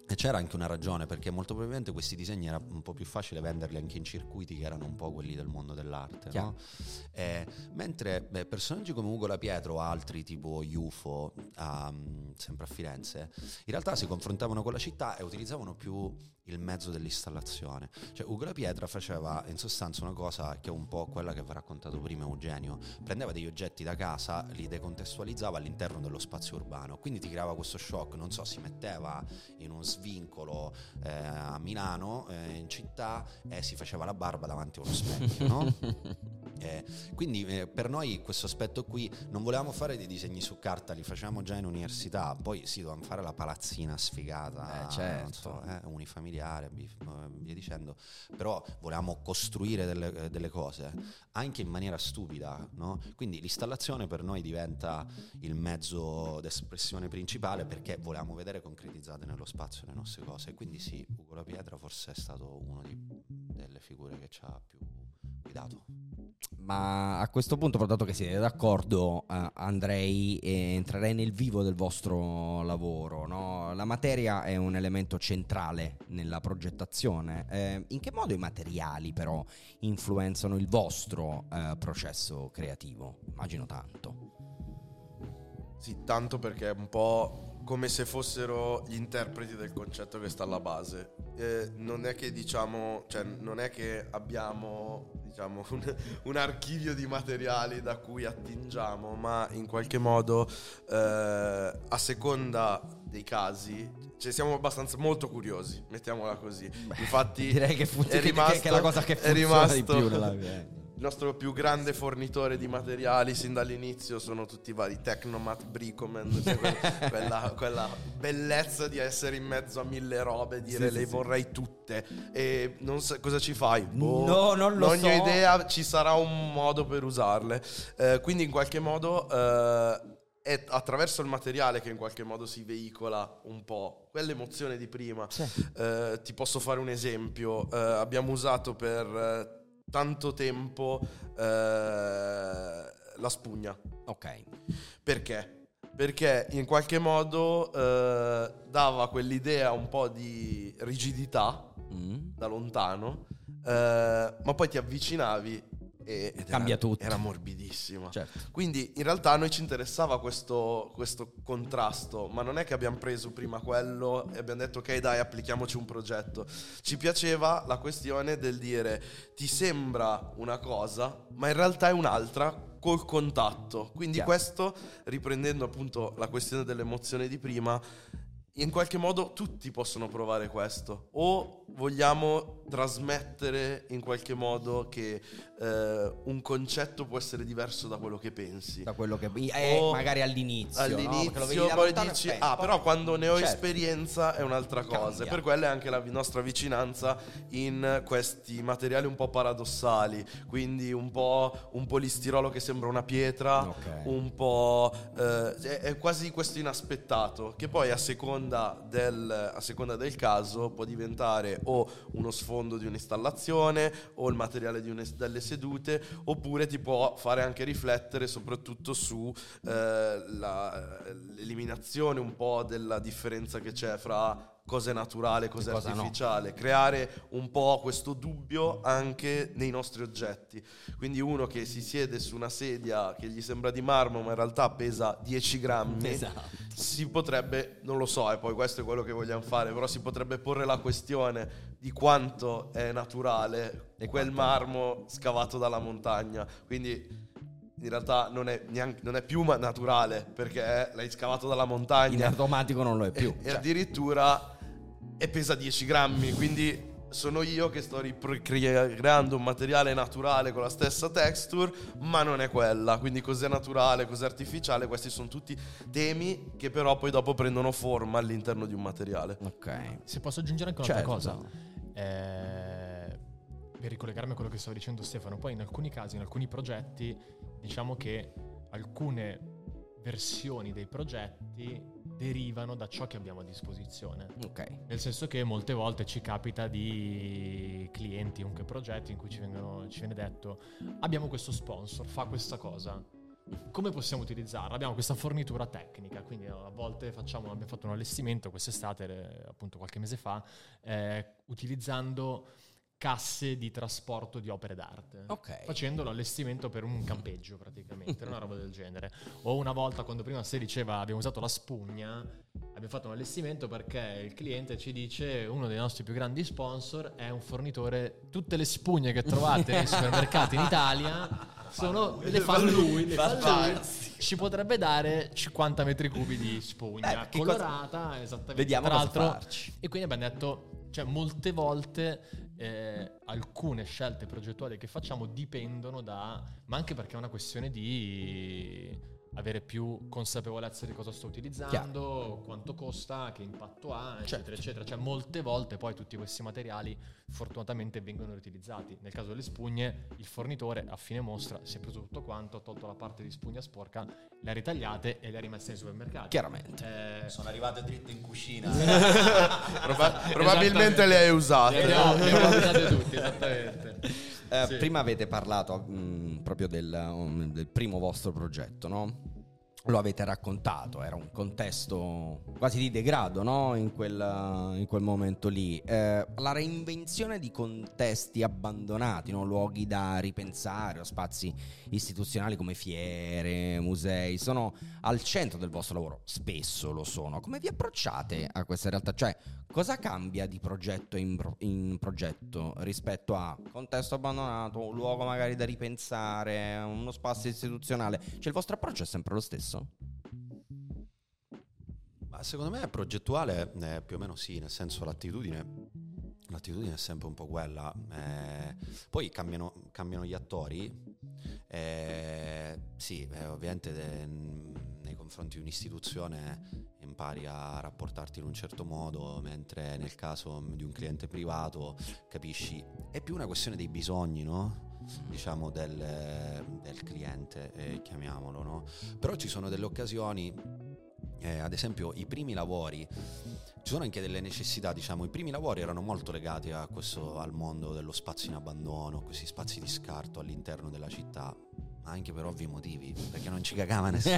E c'era anche una ragione, perché molto probabilmente questi disegni era un po' più facile venderli anche in circuiti che erano un po' quelli del mondo dell'arte, no? Mentre personaggi come Ugo La Pietro o altri tipo UFO, sempre a Firenze, in realtà si confrontavano con la città e utilizzavano più il mezzo dell'installazione. Cioè Ugo La Pietra faceva in sostanza una cosa che è un po' quella che vi ho raccontato prima Eugenio: prendeva degli oggetti da casa, li decontestualizzava all'interno dello spazio urbano, quindi ti creava questo shock. Non so, si metteva in uno svincolo a Milano, in città, e si faceva la barba davanti a uno specchio, no? Quindi per noi questo aspetto qui, non volevamo fare dei disegni su carta, li facevamo già in università, poi sì, dovevamo fare la palazzina sfigata, certo. non so, unifamiliare, via dicendo, però volevamo costruire delle cose anche in maniera stupida, no? Quindi l'installazione per noi diventa il mezzo d'espressione principale, perché volevamo vedere concretizzate nello spazio le nostre cose. Quindi sì, Ugo La Pietra forse è stato uno delle figure che ci ha più guidato. Ma a questo punto, però, dato che siete d'accordo, entrerei nel vivo del vostro lavoro, no? La materia è un elemento centrale nella progettazione. In che modo i materiali però influenzano il vostro processo creativo? Immagino tanto. Sì, tanto perché è un po' come se fossero gli interpreti del concetto che sta alla base. Non è che non è che abbiamo un archivio di materiali da cui attingiamo, ma in qualche modo a seconda dei casi, cioè siamo abbastanza molto curiosi, mettiamola così. Infatti direi che è la cosa che funziona di più nella vita. Il nostro più grande fornitore di materiali sin dall'inizio sono tutti i vari Technomat, Bricoman, cioè quella bellezza di essere in mezzo a 1000 robe, dire le vorrei tutte e non so cosa ci fai. No, non lo so. Non ho idea, ci sarà un modo per usarle. Quindi in qualche modo è attraverso il materiale che in qualche modo si veicola un po' quell'emozione di prima. Sì. Ti posso fare un esempio. Abbiamo usato per tanto tempo la spugna. Ok. Perché? Perché in qualche modo dava quell'idea un po' di rigidità da lontano, ma poi ti avvicinavi e cambia tutto. Era morbidissima. Certo. Quindi in realtà a noi ci interessava questo contrasto, ma non è che abbiamo preso prima quello e abbiamo detto ok dai applichiamoci un progetto. Ci piaceva la questione del dire ti sembra una cosa ma in realtà è un'altra col contatto. Quindi questo, riprendendo appunto la questione dell'emozione di prima, in qualche modo tutti possono provare questo, o vogliamo trasmettere in qualche modo che un concetto può essere diverso da quello che pensi, da quello che magari all'inizio no? Poi dici però quando ne ho esperienza è un'altra cosa. Cambia. E per quello è anche la nostra vicinanza in questi materiali un po' paradossali, quindi un po' un polistirolo che sembra una pietra, un po' è quasi questo inaspettato che poi a seconda del caso può diventare o uno sfondo di un'installazione o il materiale delle sedute, oppure ti può fare anche riflettere soprattutto su l'eliminazione un po' della differenza che c'è fra cosa è naturale e cosa è artificiale, creare un po' questo dubbio anche nei nostri oggetti. Quindi uno che si siede su una sedia che gli sembra di marmo ma in realtà pesa 10 grammi, si potrebbe, non lo so, e poi questo è quello che vogliamo fare, però si potrebbe porre la questione di quanto è naturale quel marmo scavato dalla montagna. Quindi in realtà non è più naturale perché l'hai scavato dalla montagna, in automatico non lo è più, e addirittura pesa 10 grammi, quindi sono io che sto ricreando un materiale naturale con la stessa texture, ma non è quella. Quindi cos'è naturale, cos'è artificiale, questi sono tutti temi che però poi dopo prendono forma all'interno di un materiale. Ok. Se posso aggiungere anche un'altra cosa, per ricollegarmi a quello che stava dicendo Stefano, poi in alcuni casi, in alcuni progetti, diciamo che alcune versioni dei progetti derivano da ciò che abbiamo a disposizione. Ok. Nel senso che molte volte ci capita di clienti, comunque progetti in cui ci viene detto abbiamo questo sponsor, fa questa cosa, come possiamo utilizzarla? Abbiamo questa fornitura tecnica, quindi a volte abbiamo fatto un allestimento quest'estate, appunto qualche mese fa, utilizzando casse di trasporto di opere d'arte, facendo l'allestimento per un campeggio praticamente, una roba del genere. O una volta, quando prima si diceva abbiamo usato la spugna, abbiamo fatto un allestimento perché il cliente ci dice: uno dei nostri più grandi sponsor è un fornitore, tutte le spugne che trovate nei supermercati in Italia le fa lui, ci potrebbe dare 50 metri cubi di spugna colorata, esattamente. Vediamo tra cosa l'altro farci. E quindi abbiamo detto, cioè molte volte alcune scelte progettuali che facciamo dipendono ma anche perché è una questione di avere più consapevolezza di cosa sto utilizzando, quanto costa, che impatto ha, eccetera, eccetera. Cioè molte volte poi tutti questi materiali fortunatamente vengono riutilizzati. Nel caso delle spugne, il fornitore a fine mostra si è preso tutto quanto, ha tolto la parte di spugna sporca, le ha ritagliate e le ha rimesse nei supermercati. Chiaramente. Sono arrivate dritte in cucina. Probabilmente le hai usate. Le abbiamo usate tutti, esattamente. Sì. Prima avete parlato proprio del primo vostro progetto, no? Lo avete raccontato, era un contesto quasi di degrado, no? In quel momento lì. La reinvenzione di contesti abbandonati, no? Luoghi da ripensare o spazi istituzionali come fiere, musei, sono al centro del vostro lavoro, spesso lo sono. Come vi approcciate a questa realtà? Cioè, cosa cambia di progetto in progetto rispetto a contesto abbandonato, un luogo magari da ripensare, uno spazio istituzionale? Cioè, il vostro approccio è sempre lo stesso? Ma secondo me è progettuale, più o meno sì, nel senso l'attitudine è sempre un po' quella. Poi cambiano gli attori. Ovviamente nei confronti di un'istituzione impari a rapportarti in un certo modo, mentre nel caso di un cliente privato capisci, è più una questione dei bisogni, no? Diciamo del cliente, chiamiamolo, no? Però ci sono delle occasioni, ad esempio i primi lavori, ci sono anche delle necessità, diciamo. I primi lavori erano molto legati al mondo dello spazio in abbandono, questi spazi di scarto all'interno della città, anche per ovvi motivi, perché non ci cagava nessuno.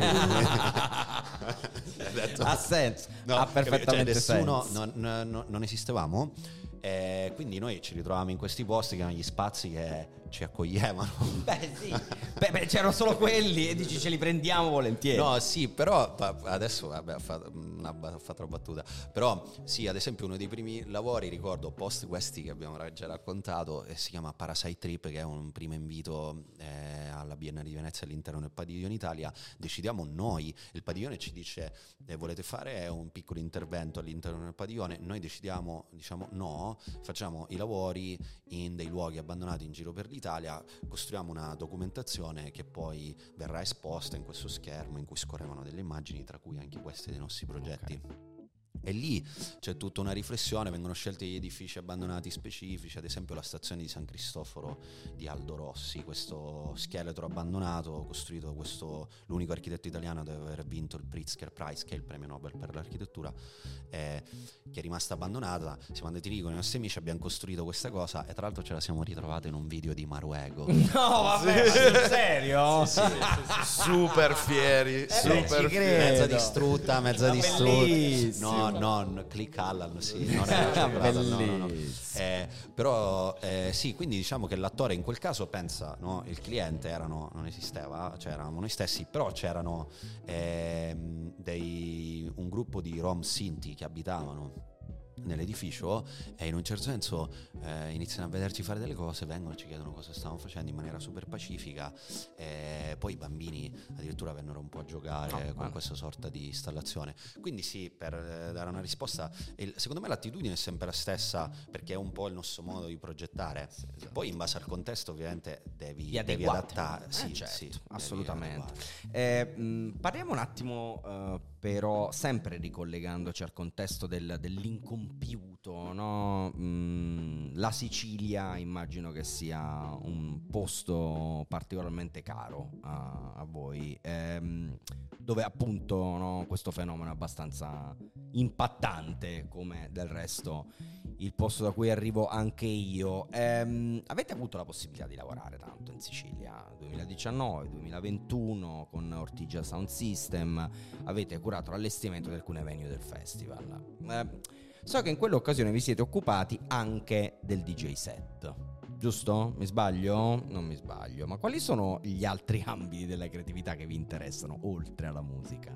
Ha senso, no, ha perfettamente nessuno, senso. Non esistevamo, quindi noi ci ritrovavamo in questi posti che erano gli spazi che ci accoglievano. Beh sì, beh, c'erano solo quelli e dici ce li prendiamo volentieri. No sì, però adesso ho fatto la battuta, però sì, ad esempio uno dei primi lavori, ricordo, post questi che abbiamo già raccontato, si chiama Parasite Trip, che è un primo invito alla Biennale di Venezia all'interno del Padiglione Italia. Decidiamo noi, il padiglione ci dice volete fare un piccolo intervento all'interno del padiglione, noi decidiamo, diciamo no, facciamo i lavori in dei luoghi abbandonati in giro per l'Italia, costruiamo una documentazione che poi verrà esposta in questo schermo in cui scorrevano delle immagini, tra cui anche queste dei nostri progetti. Okay. E lì c'è tutta una riflessione, vengono scelti gli edifici abbandonati specifici, ad esempio la stazione di San Cristoforo di Aldo Rossi, questo scheletro abbandonato costruito l'unico architetto italiano ad aver vinto il Pritzker Prize, che è il premio Nobel per l'architettura, che è rimasta abbandonata. Siamo andati lì con i nostri amici, abbiamo costruito questa cosa e tra l'altro ce la siamo ritrovata in un video di Maruego. No vabbè, in serio? Sì. Super fieri, super fieri. Mezza distrutta. No, Click Allan, sì, non è no. Però sì, quindi diciamo che l'attore in quel caso pensa, no, il cliente non esisteva, cioè eravamo noi stessi, però c'erano un gruppo di Rom Sinti che abitavano nell'edificio e in un certo senso iniziano a vederci fare delle cose, vengono e ci chiedono cosa stavamo facendo in maniera super pacifica, poi i bambini addirittura vennero un po' a giocare con questa sorta di installazione. Quindi sì, per dare una risposta, secondo me l'attitudine è sempre la stessa, perché è un po' il nostro modo di progettare. Sì, esatto. Poi in base al contesto ovviamente devi adattare. Sì, certo, assolutamente. Parliamo un attimo però sempre ricollegandoci al contesto dell'incompiuto, no? La Sicilia immagino che sia un posto particolarmente caro a voi, dove appunto, no, questo fenomeno è abbastanza impattante, come del resto il posto da cui arrivo anche io. Avete avuto la possibilità di lavorare tanto in Sicilia, 2019, 2021 con Ortigia Sound System, avete curato l'allestimento di alcune venue del festival. So che in quell'occasione vi siete occupati anche del DJ set, giusto? Mi sbaglio? Non mi sbaglio. Ma quali sono gli altri ambiti della creatività che vi interessano oltre alla musica?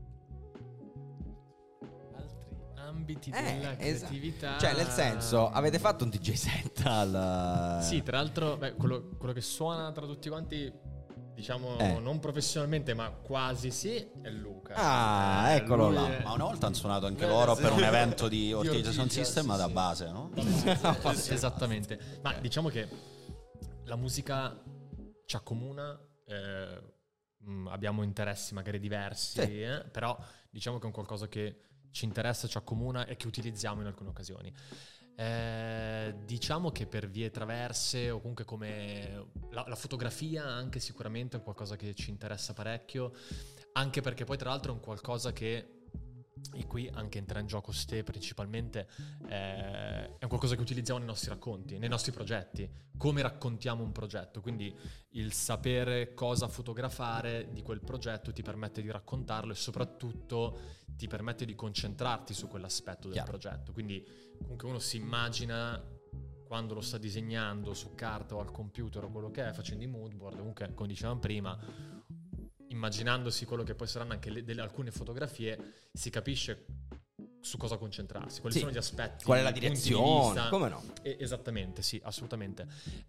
Ambiti della creatività, cioè nel senso, avete fatto un DJ set al... Sì, tra l'altro quello che suona tra tutti quanti, diciamo non professionalmente ma quasi sì, è Luca. Eccolo là. Ma una volta hanno suonato anche loro per un evento di Ortigia Sound System, ma da base, no? Esattamente. Ma diciamo che la musica ci accomuna, abbiamo interessi magari diversi, però diciamo che è un qualcosa che ci interessa, ci accomuna e che utilizziamo in alcune occasioni. Diciamo che per vie traverse o comunque come la fotografia anche sicuramente è qualcosa che ci interessa parecchio, anche perché poi tra l'altro è un qualcosa che, e qui anche entra in gioco Ste principalmente, è un qualcosa che utilizziamo nei nostri racconti, nei nostri progetti, come raccontiamo un progetto, quindi il sapere cosa fotografare di quel progetto ti permette di raccontarlo e soprattutto ti permette di concentrarti su quell'aspetto del progetto, quindi comunque uno si immagina quando lo sta disegnando su carta o al computer o quello che è, facendo i mood board, comunque come dicevamo prima, immaginandosi quello che poi saranno anche alcune fotografie, si capisce su cosa concentrarsi, quali sono gli aspetti, qual è la direzione, come no? Esattamente, sì, assolutamente.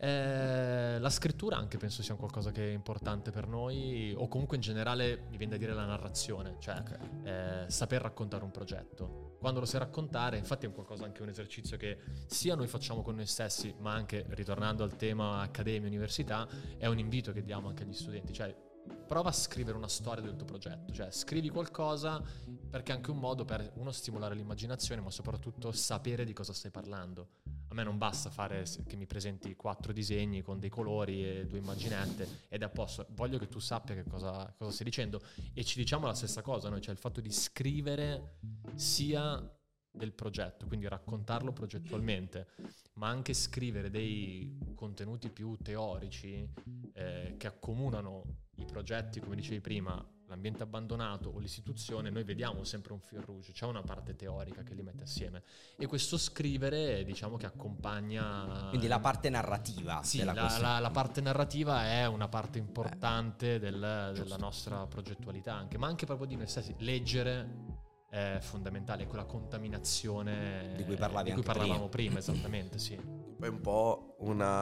La scrittura anche penso sia qualcosa che è importante per noi, o comunque in generale mi viene da dire la narrazione, cioè saper raccontare un progetto. Quando lo sai raccontare, infatti è un qualcosa, anche un esercizio che sia noi facciamo con noi stessi, ma anche ritornando al tema accademia, università, è un invito che diamo anche agli studenti, cioè prova a scrivere una storia del tuo progetto, cioè scrivi qualcosa, perché è anche un modo per stimolare l'immaginazione, ma soprattutto sapere di cosa stai parlando. A me non basta fare che mi presenti 4 disegni con dei colori e 2 immaginette ed è a posto, voglio che tu sappia che cosa stai dicendo, e ci diciamo la stessa cosa noi, cioè il fatto di scrivere sia del progetto, quindi raccontarlo progettualmente, ma anche scrivere dei contenuti più teorici che accomunano i progetti, come dicevi prima, l'ambiente abbandonato o l'istituzione. Noi vediamo sempre un fil rouge, c'è una parte teorica che li mette assieme, e questo scrivere diciamo che accompagna, quindi la parte narrativa. Sì, la parte narrativa è una parte importante della nostra progettualità anche, ma anche proprio di noi stessi. Leggere è fondamentale, quella contaminazione di cui parlavamo prima, esattamente, sì. È un po'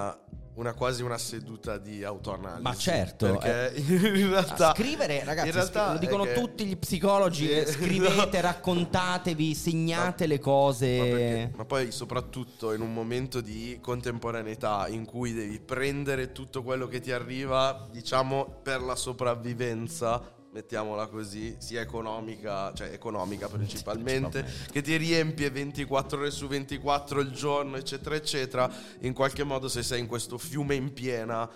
quasi una seduta di autoanalisi. Ma certo, perché in realtà scrivere, ragazzi, in realtà lo dicono tutti gli psicologi, scrivete, raccontatevi, segnate le cose. Ma poi soprattutto in un momento di contemporaneità in cui devi prendere tutto quello che ti arriva, diciamo, per la sopravvivenza, mettiamola così, sia economica principalmente, che ti riempie 24 ore su 24 il giorno, eccetera eccetera, in qualche modo, se sei in questo fiume in piena,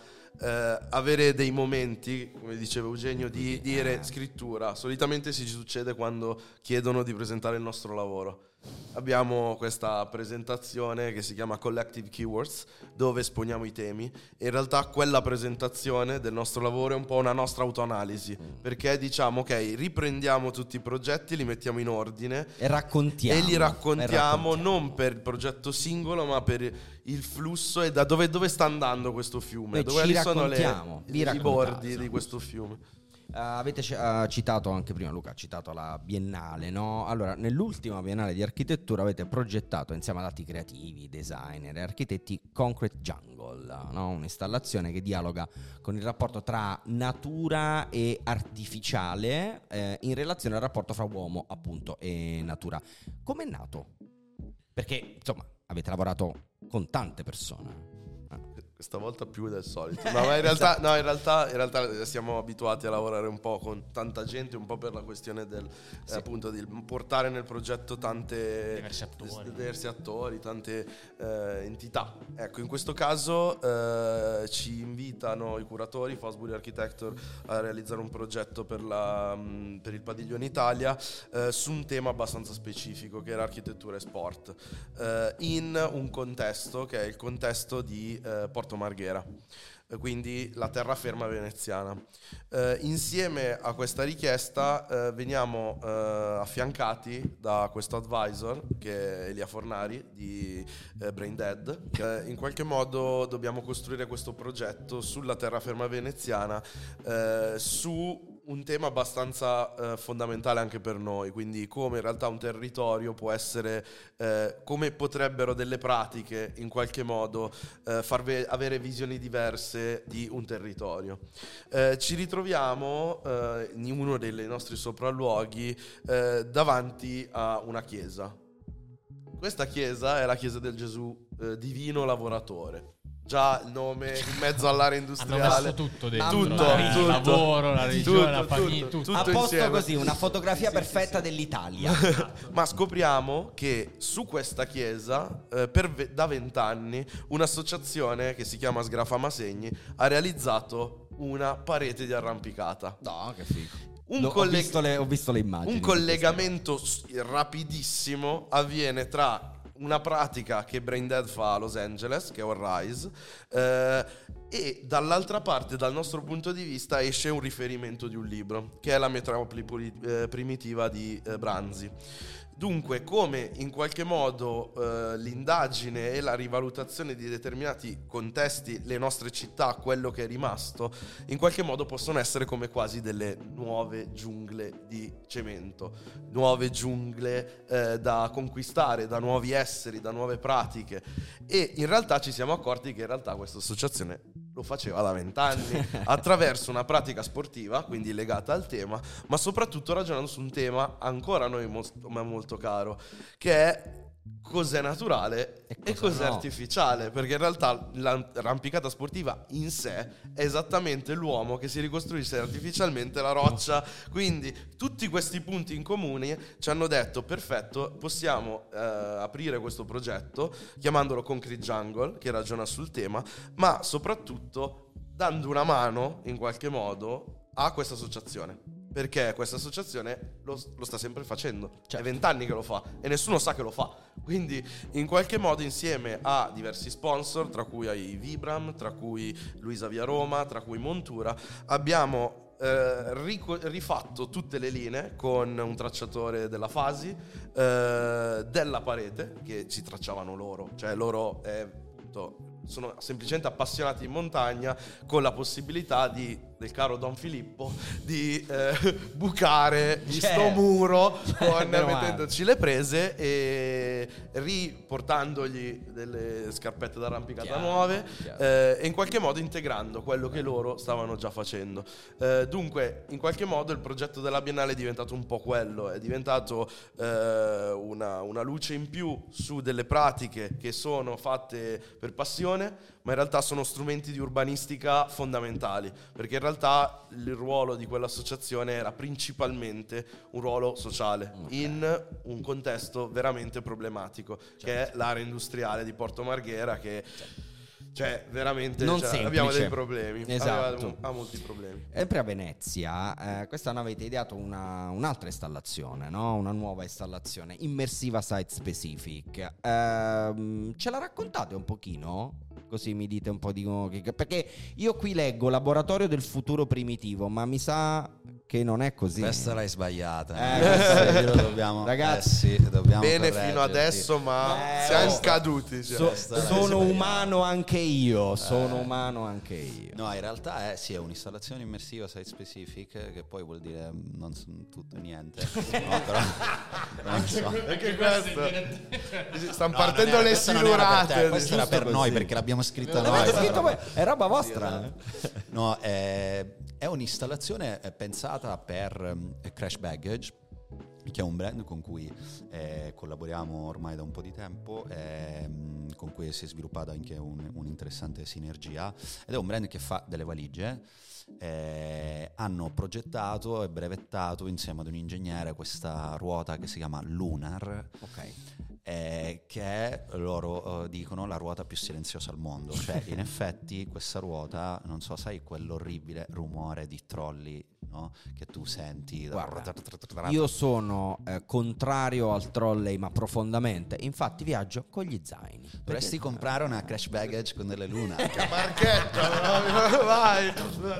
avere dei momenti, come diceva Eugenio, di dire scrittura. Solitamente ci succede quando chiedono di presentare il nostro lavoro. Abbiamo questa presentazione che si chiama Collective Keywords, dove esponiamo i temi, e in realtà quella presentazione del nostro lavoro è un po' una nostra autoanalisi, perché diciamo ok, riprendiamo tutti i progetti, li mettiamo in ordine e li raccontiamo non per il progetto singolo, ma per il flusso e da dove sta andando questo fiume, dove sono i bordi di questo fiume. Avete citato anche prima, Luca ha citato la Biennale, no? Allora, nell'ultima Biennale di architettura avete progettato insieme ad altri creativi, designer e architetti Concrete Jungle, no? Un'installazione che dialoga con il rapporto tra natura e artificiale in relazione al rapporto fra uomo, appunto, e natura. Com'è nato? Perché, insomma, avete lavorato con tante persone. Questa volta più del solito. No, ma in realtà siamo abituati a lavorare un po' con tanta gente, un po' per la questione del appunto di portare nel progetto tante diversi attori, tante entità. Ecco, in questo caso ci invitano i curatori Fosbury Architecture a realizzare un progetto per il Padiglione Italia su un tema abbastanza specifico, che era architettura e sport, in un contesto che è il contesto di Porto Marghera, quindi la terraferma veneziana. Insieme a questa richiesta veniamo affiancati da questo advisor, che è Elia Fornari di Brain Dead. In qualche modo dobbiamo costruire questo progetto sulla terraferma veneziana, su un tema abbastanza fondamentale anche per noi, quindi come in realtà un territorio può essere, come potrebbero delle pratiche in qualche modo avere visioni diverse di un territorio. Ci ritroviamo in uno dei nostri sopralluoghi davanti a una chiesa. Questa chiesa è la chiesa del Gesù Divino Lavoratore. Già il nome in mezzo all'area industriale. Hanno messo tutto dentro. Tutto. Il lavoro, la religione, la famiglia, tutto. A posto insieme. così, una fotografia perfetta dell'Italia. Ma scopriamo che su questa chiesa da 20 anni un'associazione che si chiama Sgrafama Segni ha realizzato una parete di arrampicata. No, che figo. Ho visto le immagini. Un collegamento rapidissimo avviene tra una pratica che Brain Dead fa a Los Angeles, che è All Rise, e dall'altra parte, dal nostro punto di vista, esce un riferimento di un libro, che è La metropoli primitiva di Branzi. Dunque, come in qualche modo l'indagine e la rivalutazione di determinati contesti, le nostre città, quello che è rimasto, in qualche modo possono essere come quasi delle nuove giungle di cemento, nuove giungle da conquistare, da nuovi esseri, da nuove pratiche. E in realtà ci siamo accorti che in realtà questa associazione lo faceva da 20 anni attraverso una pratica sportiva, quindi legata al tema, ma soprattutto ragionando su un tema ancora a noi molto caro, che è cos'è naturale e cos'è artificiale, perché in realtà l'arrampicata sportiva in sé è esattamente l'uomo che si ricostruisce artificialmente la roccia. Quindi tutti questi punti in comune ci hanno detto: perfetto, possiamo aprire questo progetto chiamandolo Concrete Jungle, che ragiona sul tema, ma soprattutto dando una mano in qualche modo a questa associazione, perché questa associazione lo sta sempre facendo. È 20 anni che lo fa e nessuno sa che lo fa. Quindi in qualche modo, insieme a diversi sponsor, tra cui i Vibram, tra cui Luisa Via Roma, tra cui Montura, abbiamo rifatto tutte le linee con un tracciatore della Fasi, della parete, che ci tracciavano loro. Cioè loro sono semplicemente appassionati di montagna, con la possibilità del caro Don Filippo di bucare sto muro mettendoci le prese e riportandogli delle scarpette d'arrampicata nuove, e in qualche modo integrando quello che loro stavano già facendo. Dunque in qualche modo il progetto della Biennale è diventato un po' quello, è diventato una luce in più su delle pratiche che sono fatte per passione, ma in realtà sono strumenti di urbanistica fondamentali, perché in realtà il ruolo di quell'associazione era principalmente un ruolo sociale, in un contesto veramente problematico, che è l'area industriale di Porto Marghera, che cioè veramente abbiamo dei problemi. Esatto. Ha molti problemi. Sempre a Venezia quest'anno avete ideato un'altra installazione, no? Una nuova installazione immersiva site specific. Ce la raccontate un pochino? Così mi dite un po' di... Perché io qui leggo laboratorio del futuro primitivo, ma mi sa che non è così. Questa l'hai sbagliata. Dobbiamo, ragazzi, dobbiamo bene fino adesso, ma siamo caduti. Sono umano anche io. No, in realtà sì, è un'installazione immersiva site specific, che poi vuol dire non tutto niente. No, però non so. Perché questo stanno partendo le silurate. Questo era per noi, perché l'abbiamo scritta noi. L'avete scritto voi? È roba vostra. No, è un'installazione pensata per crash baggage, che è un brand con cui collaboriamo ormai da un po' di tempo, con cui si è sviluppata anche un'interessante sinergia, ed è un brand che fa delle valigie. Hanno progettato e brevettato insieme ad un ingegnere questa ruota che si chiama Lunar, che è, loro dicono, la ruota più silenziosa al mondo. Cioè, in effetti questa ruota, non so, sai quell'orribile rumore di trolley, no? Che tu senti. Guarda, io sono contrario al trolley, ma profondamente. Infatti viaggio con gli zaini. Dovresti comprare una crash baggage con delle Lunar. Che marchetta, vai.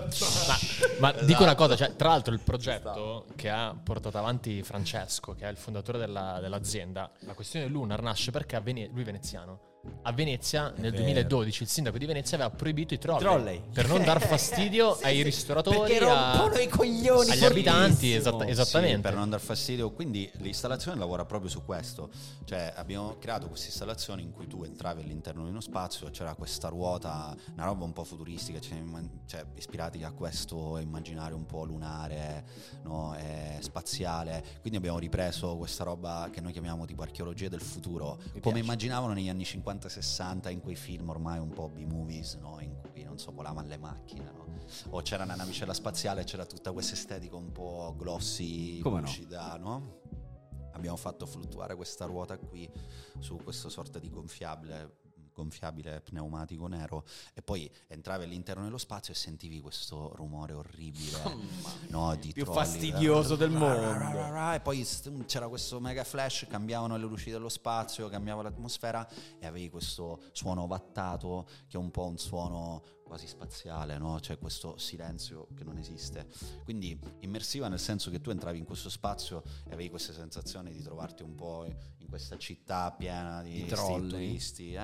Ma dico una cosa, cioè, tra l'altro il progetto che ha portato avanti Francesco, che è il fondatore dell'azienda, la questione Lunar nasce perché lui è veneziano. A Venezia nel 2012 il sindaco di Venezia aveva proibito i trolley. Per non dar fastidio ai ristoratori, perché rompono i coglioni agli abitanti, esattamente. Sì, per non dar fastidio. Quindi l'installazione lavora proprio su questo. Cioè, abbiamo creato questa installazione in cui tu entravi all'interno di uno spazio, c'era questa ruota, una roba un po' futuristica, cioè ispirati a questo immaginario un po' lunare, no? Spaziale. Quindi abbiamo ripreso questa roba che noi chiamiamo tipo archeologia del futuro, come immaginavano negli anni 50-60 in quei film ormai un po' B-movies, no? In cui, non so, volavano le macchine, no? O c'era una navicella spaziale e c'era tutta questa estetica un po' glossy, lucida, no? Abbiamo fatto fluttuare questa ruota qui su questa sorta di gonfiabile pneumatico nero, e poi entravi all'interno dello spazio e sentivi questo rumore orribile, no, di più trolley, fastidioso del mondo. e poi c'era questo mega flash, cambiavano le luci dello spazio, cambiava l'atmosfera e avevi questo suono ovattato che è un po' un suono quasi spaziale, no? C'è questo silenzio che non esiste, quindi immersiva nel senso che tu entravi in questo spazio e avevi questa sensazione di trovarti un po' in questa città piena di turisti,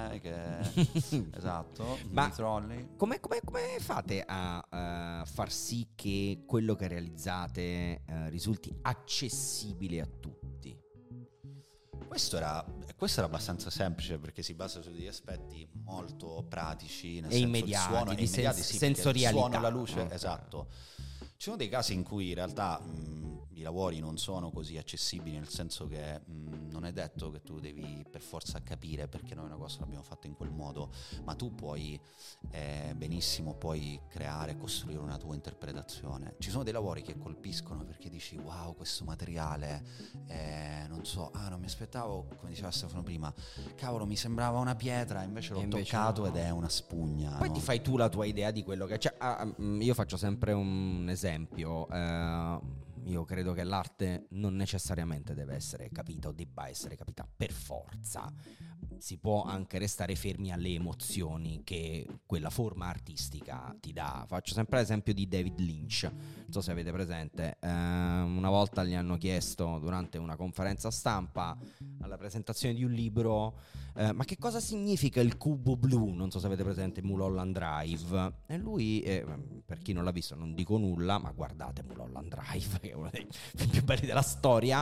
esatto, ma di trolley. Come fate a far sì che quello che realizzate risulti accessibile a tutti? Questo era abbastanza semplice, perché si basa su degli aspetti molto pratici, nel e senso immediati, il suono, di sì, sensorialità. il suono, la luce, no? esatto. Ci sono dei casi in cui in realtà i lavori non sono così accessibili, nel senso che non è detto che tu devi per forza capire perché noi una cosa l'abbiamo fatta in quel modo, ma tu puoi benissimo poi creare, costruire una tua interpretazione. Ci sono dei lavori che colpiscono perché dici wow, questo materiale non so, non mi aspettavo, come diceva Stefano prima, cavolo, mi sembrava una pietra, invece l'ho toccato ed è una spugna. Poi no? ti fai tu la tua idea di quello che io faccio sempre un esempio. Io credo che l'arte non necessariamente deve essere capita o debba essere capita per forza. Si può anche restare fermi alle emozioni che quella forma artistica ti dà. Faccio sempre l'esempio di David Lynch, non so se avete presente. Una volta gli hanno chiesto durante una conferenza stampa alla presentazione di un libro ma che cosa significa il cubo blu? Non so se avete presente Mulholland Drive. E lui, per chi non l'ha visto non dico nulla, ma guardate Mulholland Drive, che è uno dei film più belli della storia,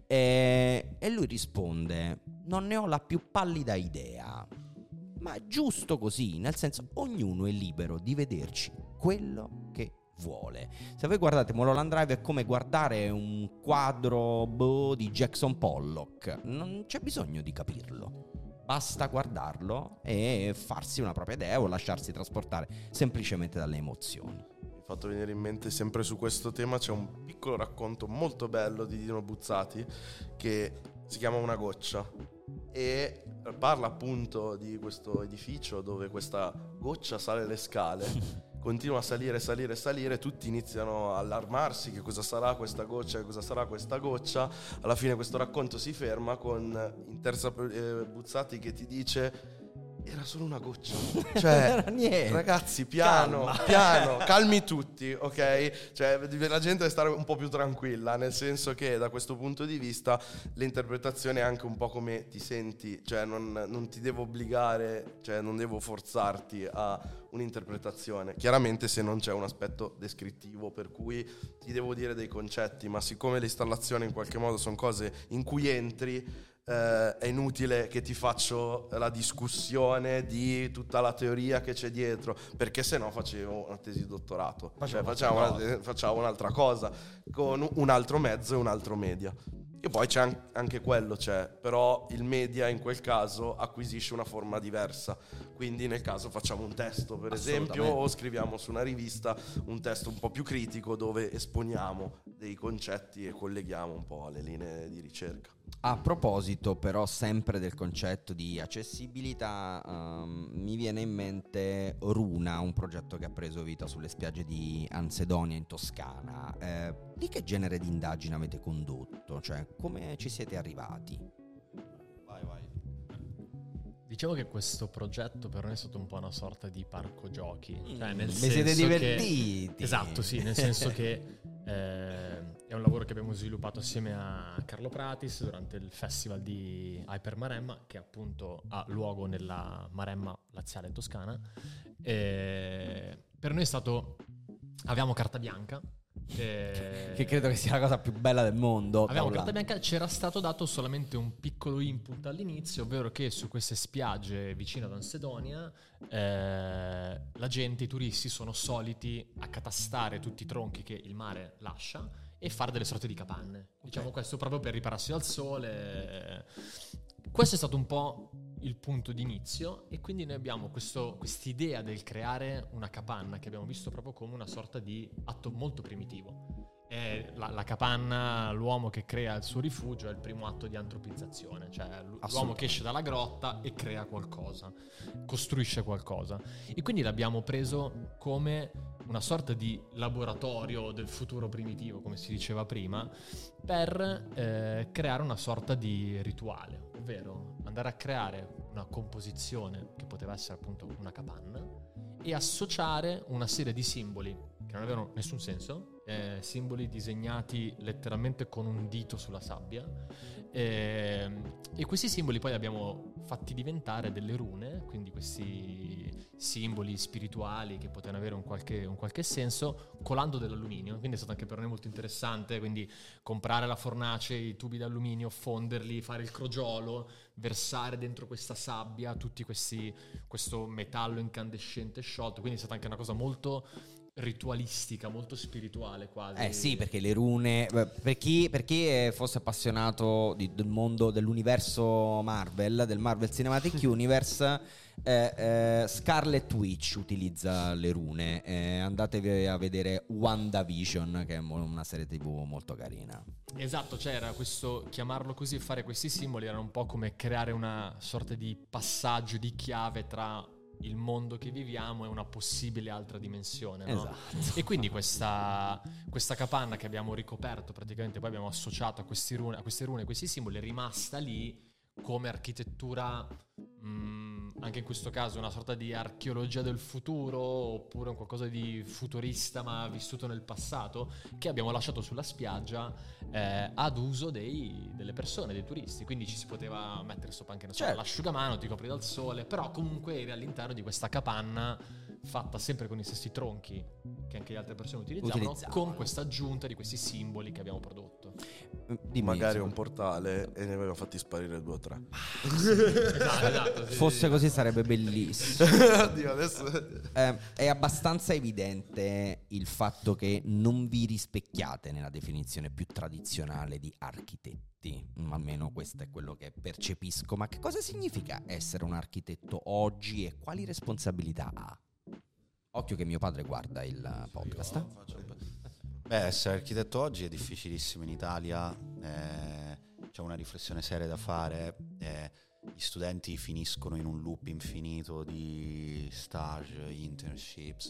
e lui risponde: non ne ho la più pallida idea, ma è giusto così, nel senso, ognuno è libero di vederci quello che vuole. Se voi guardate Mulholland Drive è come guardare un quadro di Jackson Pollock, non c'è bisogno di capirlo, basta guardarlo e farsi una propria idea o lasciarsi trasportare semplicemente dalle emozioni. Mi è fatto venire in mente, sempre su questo tema, c'è un piccolo racconto molto bello di Dino Buzzati che si chiama Una goccia e parla appunto di questo edificio dove questa goccia sale le scale, continua a salire, tutti iniziano a allarmarsi, che cosa sarà questa goccia, che cosa sarà questa goccia. Alla fine questo racconto si ferma con in terza Buzzati che ti dice: era solo una goccia, cioè ragazzi, piano, calmi tutti, ok? Cioè la gente deve stare un po' più tranquilla, nel senso che da questo punto di vista l'interpretazione è anche un po' come ti senti, cioè non ti devo obbligare, cioè non devo forzarti a un'interpretazione, chiaramente se non c'è un aspetto descrittivo per cui ti devo dire dei concetti, ma siccome le installazioni in qualche modo sono cose in cui entri, è inutile che ti faccio la discussione di tutta la teoria che c'è dietro, perché se no facevo una tesi di dottorato, facciamo un'altra cosa con un altro mezzo e un altro media. che poi c'è anche quello c'è, però il media in quel caso acquisisce una forma diversa, quindi nel caso facciamo un testo per esempio, o scriviamo su una rivista un testo un po' più critico dove esponiamo dei concetti e colleghiamo un po' alle linee di ricerca. A proposito però sempre del concetto di accessibilità, mi viene in mente Runa, un progetto che ha preso vita sulle spiagge di Ansedonia in Toscana. Di che genere di indagine avete condotto? Cioè, come ci siete arrivati? Vai. Diciamo che questo progetto per noi è stato un po' una sorta di parco giochi. Cioè, nel Vi senso siete che- divertiti? Esatto, sì, nel senso che è un lavoro che abbiamo sviluppato assieme a Carlo Pratis durante il festival di Hyper Maremma, che appunto ha luogo nella Maremma laziale toscana. Per noi è stato... Avevamo carta bianca. Che credo che sia la cosa più bella del mondo. Avevamo Paola. carta bianca, c'era stato dato solamente un piccolo input all'inizio, ovvero che su queste spiagge vicino ad Ansedonia la gente, i turisti sono soliti accatastare tutti i tronchi che il mare lascia e fare delle sorte di capanne. Diciamo questo proprio per ripararsi dal sole. Questo è stato un po' il punto d'inizio e quindi noi abbiamo quest'idea del creare una capanna che abbiamo visto proprio come una sorta di atto molto primitivo. È la capanna, l'uomo che crea il suo rifugio, è il primo atto di antropizzazione, cioè l'uomo che esce dalla grotta e crea qualcosa, costruisce qualcosa. E quindi l'abbiamo preso come una sorta di laboratorio del futuro primitivo, come si diceva prima, per creare una sorta di rituale, ovvero andare a creare una composizione che poteva essere appunto una capanna e associare una serie di simboli che non avevano nessun senso, simboli disegnati letteralmente con un dito sulla sabbia, e questi simboli poi li abbiamo fatti diventare delle rune, quindi questi simboli spirituali che potevano avere un qualche senso, colando dell'alluminio. Quindi è stato anche per noi molto interessante, quindi comprare la fornace, i tubi d'alluminio, fonderli, fare il crogiolo, versare dentro questa sabbia questo metallo incandescente sciolto. Quindi è stata anche una cosa molto ritualistica, molto spirituale quasi. Sì, perché le rune, per chi fosse appassionato del mondo dell'universo Marvel, del Marvel Cinematic Universe, Scarlet Witch utilizza le rune. Andatevi a vedere WandaVision, che è una serie TV molto carina. Esatto, cioè era questo, chiamarlo così, fare questi simboli era un po' come creare una sorta di passaggio di chiave tra il mondo che viviamo e una possibile altra dimensione, no? Esatto. E quindi questa capanna che abbiamo ricoperto, praticamente poi abbiamo associato a queste rune, questi simboli, è rimasta lì come architettura, anche in questo caso una sorta di archeologia del futuro, oppure un qualcosa di futurista ma vissuto nel passato, che abbiamo lasciato sulla spiaggia ad uso delle persone, dei turisti. Quindi ci si poteva mettere sopra anche l'asciugamano, ti copri dal sole, però comunque eri all'interno di questa capanna fatta sempre con i stessi tronchi che anche le altre persone utilizzavano. Con questa aggiunta di questi simboli che abbiamo prodotto. Magari un portale e ne avevano fatti sparire 2 o 3. Esatto, sì. Fosse così sarebbe bellissimo. Oddio, adesso È abbastanza evidente il fatto che non vi rispecchiate nella definizione più tradizionale di architetti, almeno questo è quello che percepisco. Ma che cosa significa essere un architetto oggi e quali responsabilità ha? Occhio che mio padre guarda il podcast. Essere architetto oggi è difficilissimo in Italia, c'è una riflessione seria da fare, gli studenti finiscono in un loop infinito di stage, internships,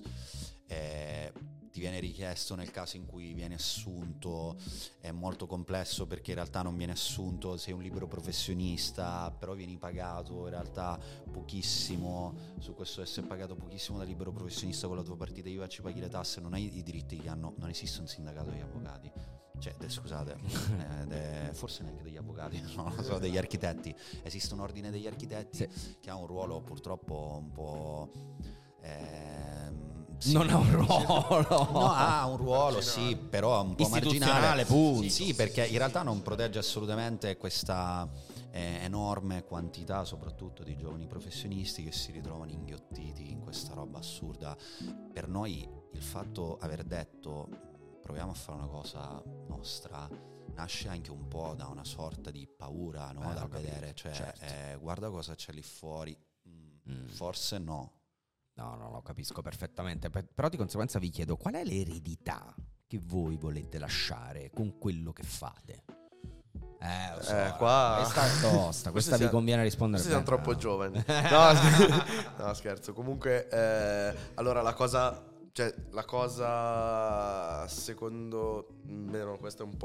ti viene richiesto nel caso in cui vieni assunto, è molto complesso perché in realtà non vieni assunto, sei un libero professionista, però vieni pagato in realtà pochissimo, su questo essere pagato pochissimo da libero professionista con la tua partita IVA ci paghi le tasse, non hai i diritti che hanno, non esiste un sindacato degli avvocati, cioè scusate, forse neanche degli avvocati, non lo so, degli architetti, esiste un ordine degli architetti che ha un ruolo purtroppo un po'... sì, non ha un ruolo. No, ha un ruolo, sì, però un po' marginale. Punto. Sì, perché in realtà non protegge assolutamente questa enorme quantità, soprattutto di giovani professionisti che si ritrovano inghiottiti in questa roba assurda. Per noi il fatto aver detto proviamo a fare una cosa nostra nasce anche un po' da una sorta di paura, no? Dal vedere, cioè, certo. guarda cosa c'è lì fuori, forse no. No, lo capisco perfettamente. Però di conseguenza vi chiedo, qual è l'eredità che voi volete lasciare con quello che fate? Lo so, qua questa è tosta, questa vi conviene rispondere. Siamo troppo giovani. No, scherzo. Comunque, allora la cosa secondo me, questa è un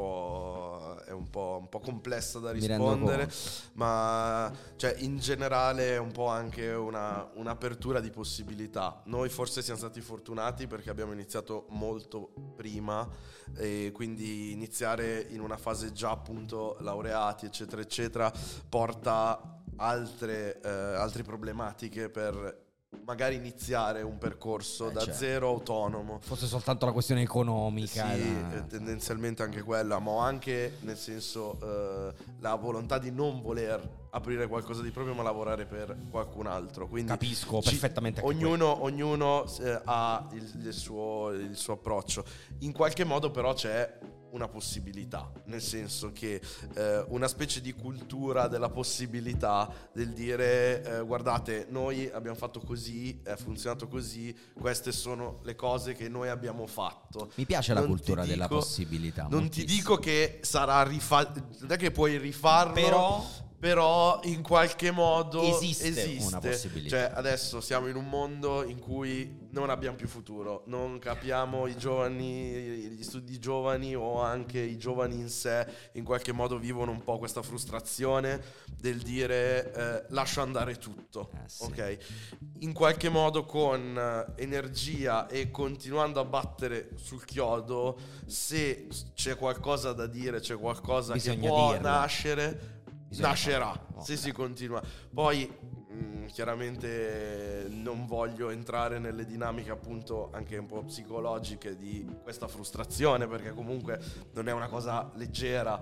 po' complessa da rispondere, ma cioè in generale è un po' anche un'apertura di possibilità. Noi forse siamo stati fortunati perché abbiamo iniziato molto prima, e quindi iniziare in una fase già appunto laureati eccetera eccetera porta altre problematiche per magari iniziare un percorso da zero autonomo. Fosse soltanto la questione economica. Sì, tendenzialmente anche quella, ma anche nel senso la volontà di non voler aprire qualcosa di proprio ma lavorare per qualcun altro. Quindi capisco perfettamente. Ognuno ha il suo approccio. In qualche modo però c'è una possibilità, nel senso che una specie di cultura della possibilità, del dire guardate, noi abbiamo fatto così, è funzionato così, queste sono le cose che noi abbiamo fatto. Mi piace la cultura della possibilità. Non ti dico che sarà non è che puoi rifarlo, però in qualche modo esiste una possibilità. Cioè adesso siamo in un mondo in cui non abbiamo più futuro, non capiamo i giovani, gli studi giovani o anche i giovani in sé in qualche modo vivono un po' questa frustrazione del dire lascio andare tutto, sì. ok? In qualche modo con energia e continuando a battere sul chiodo, se c'è qualcosa da dire, c'è qualcosa che può nascere, nascerà, se si continua. Poi chiaramente non voglio entrare nelle dinamiche appunto anche un po' psicologiche di questa frustrazione, perché comunque non è una cosa leggera,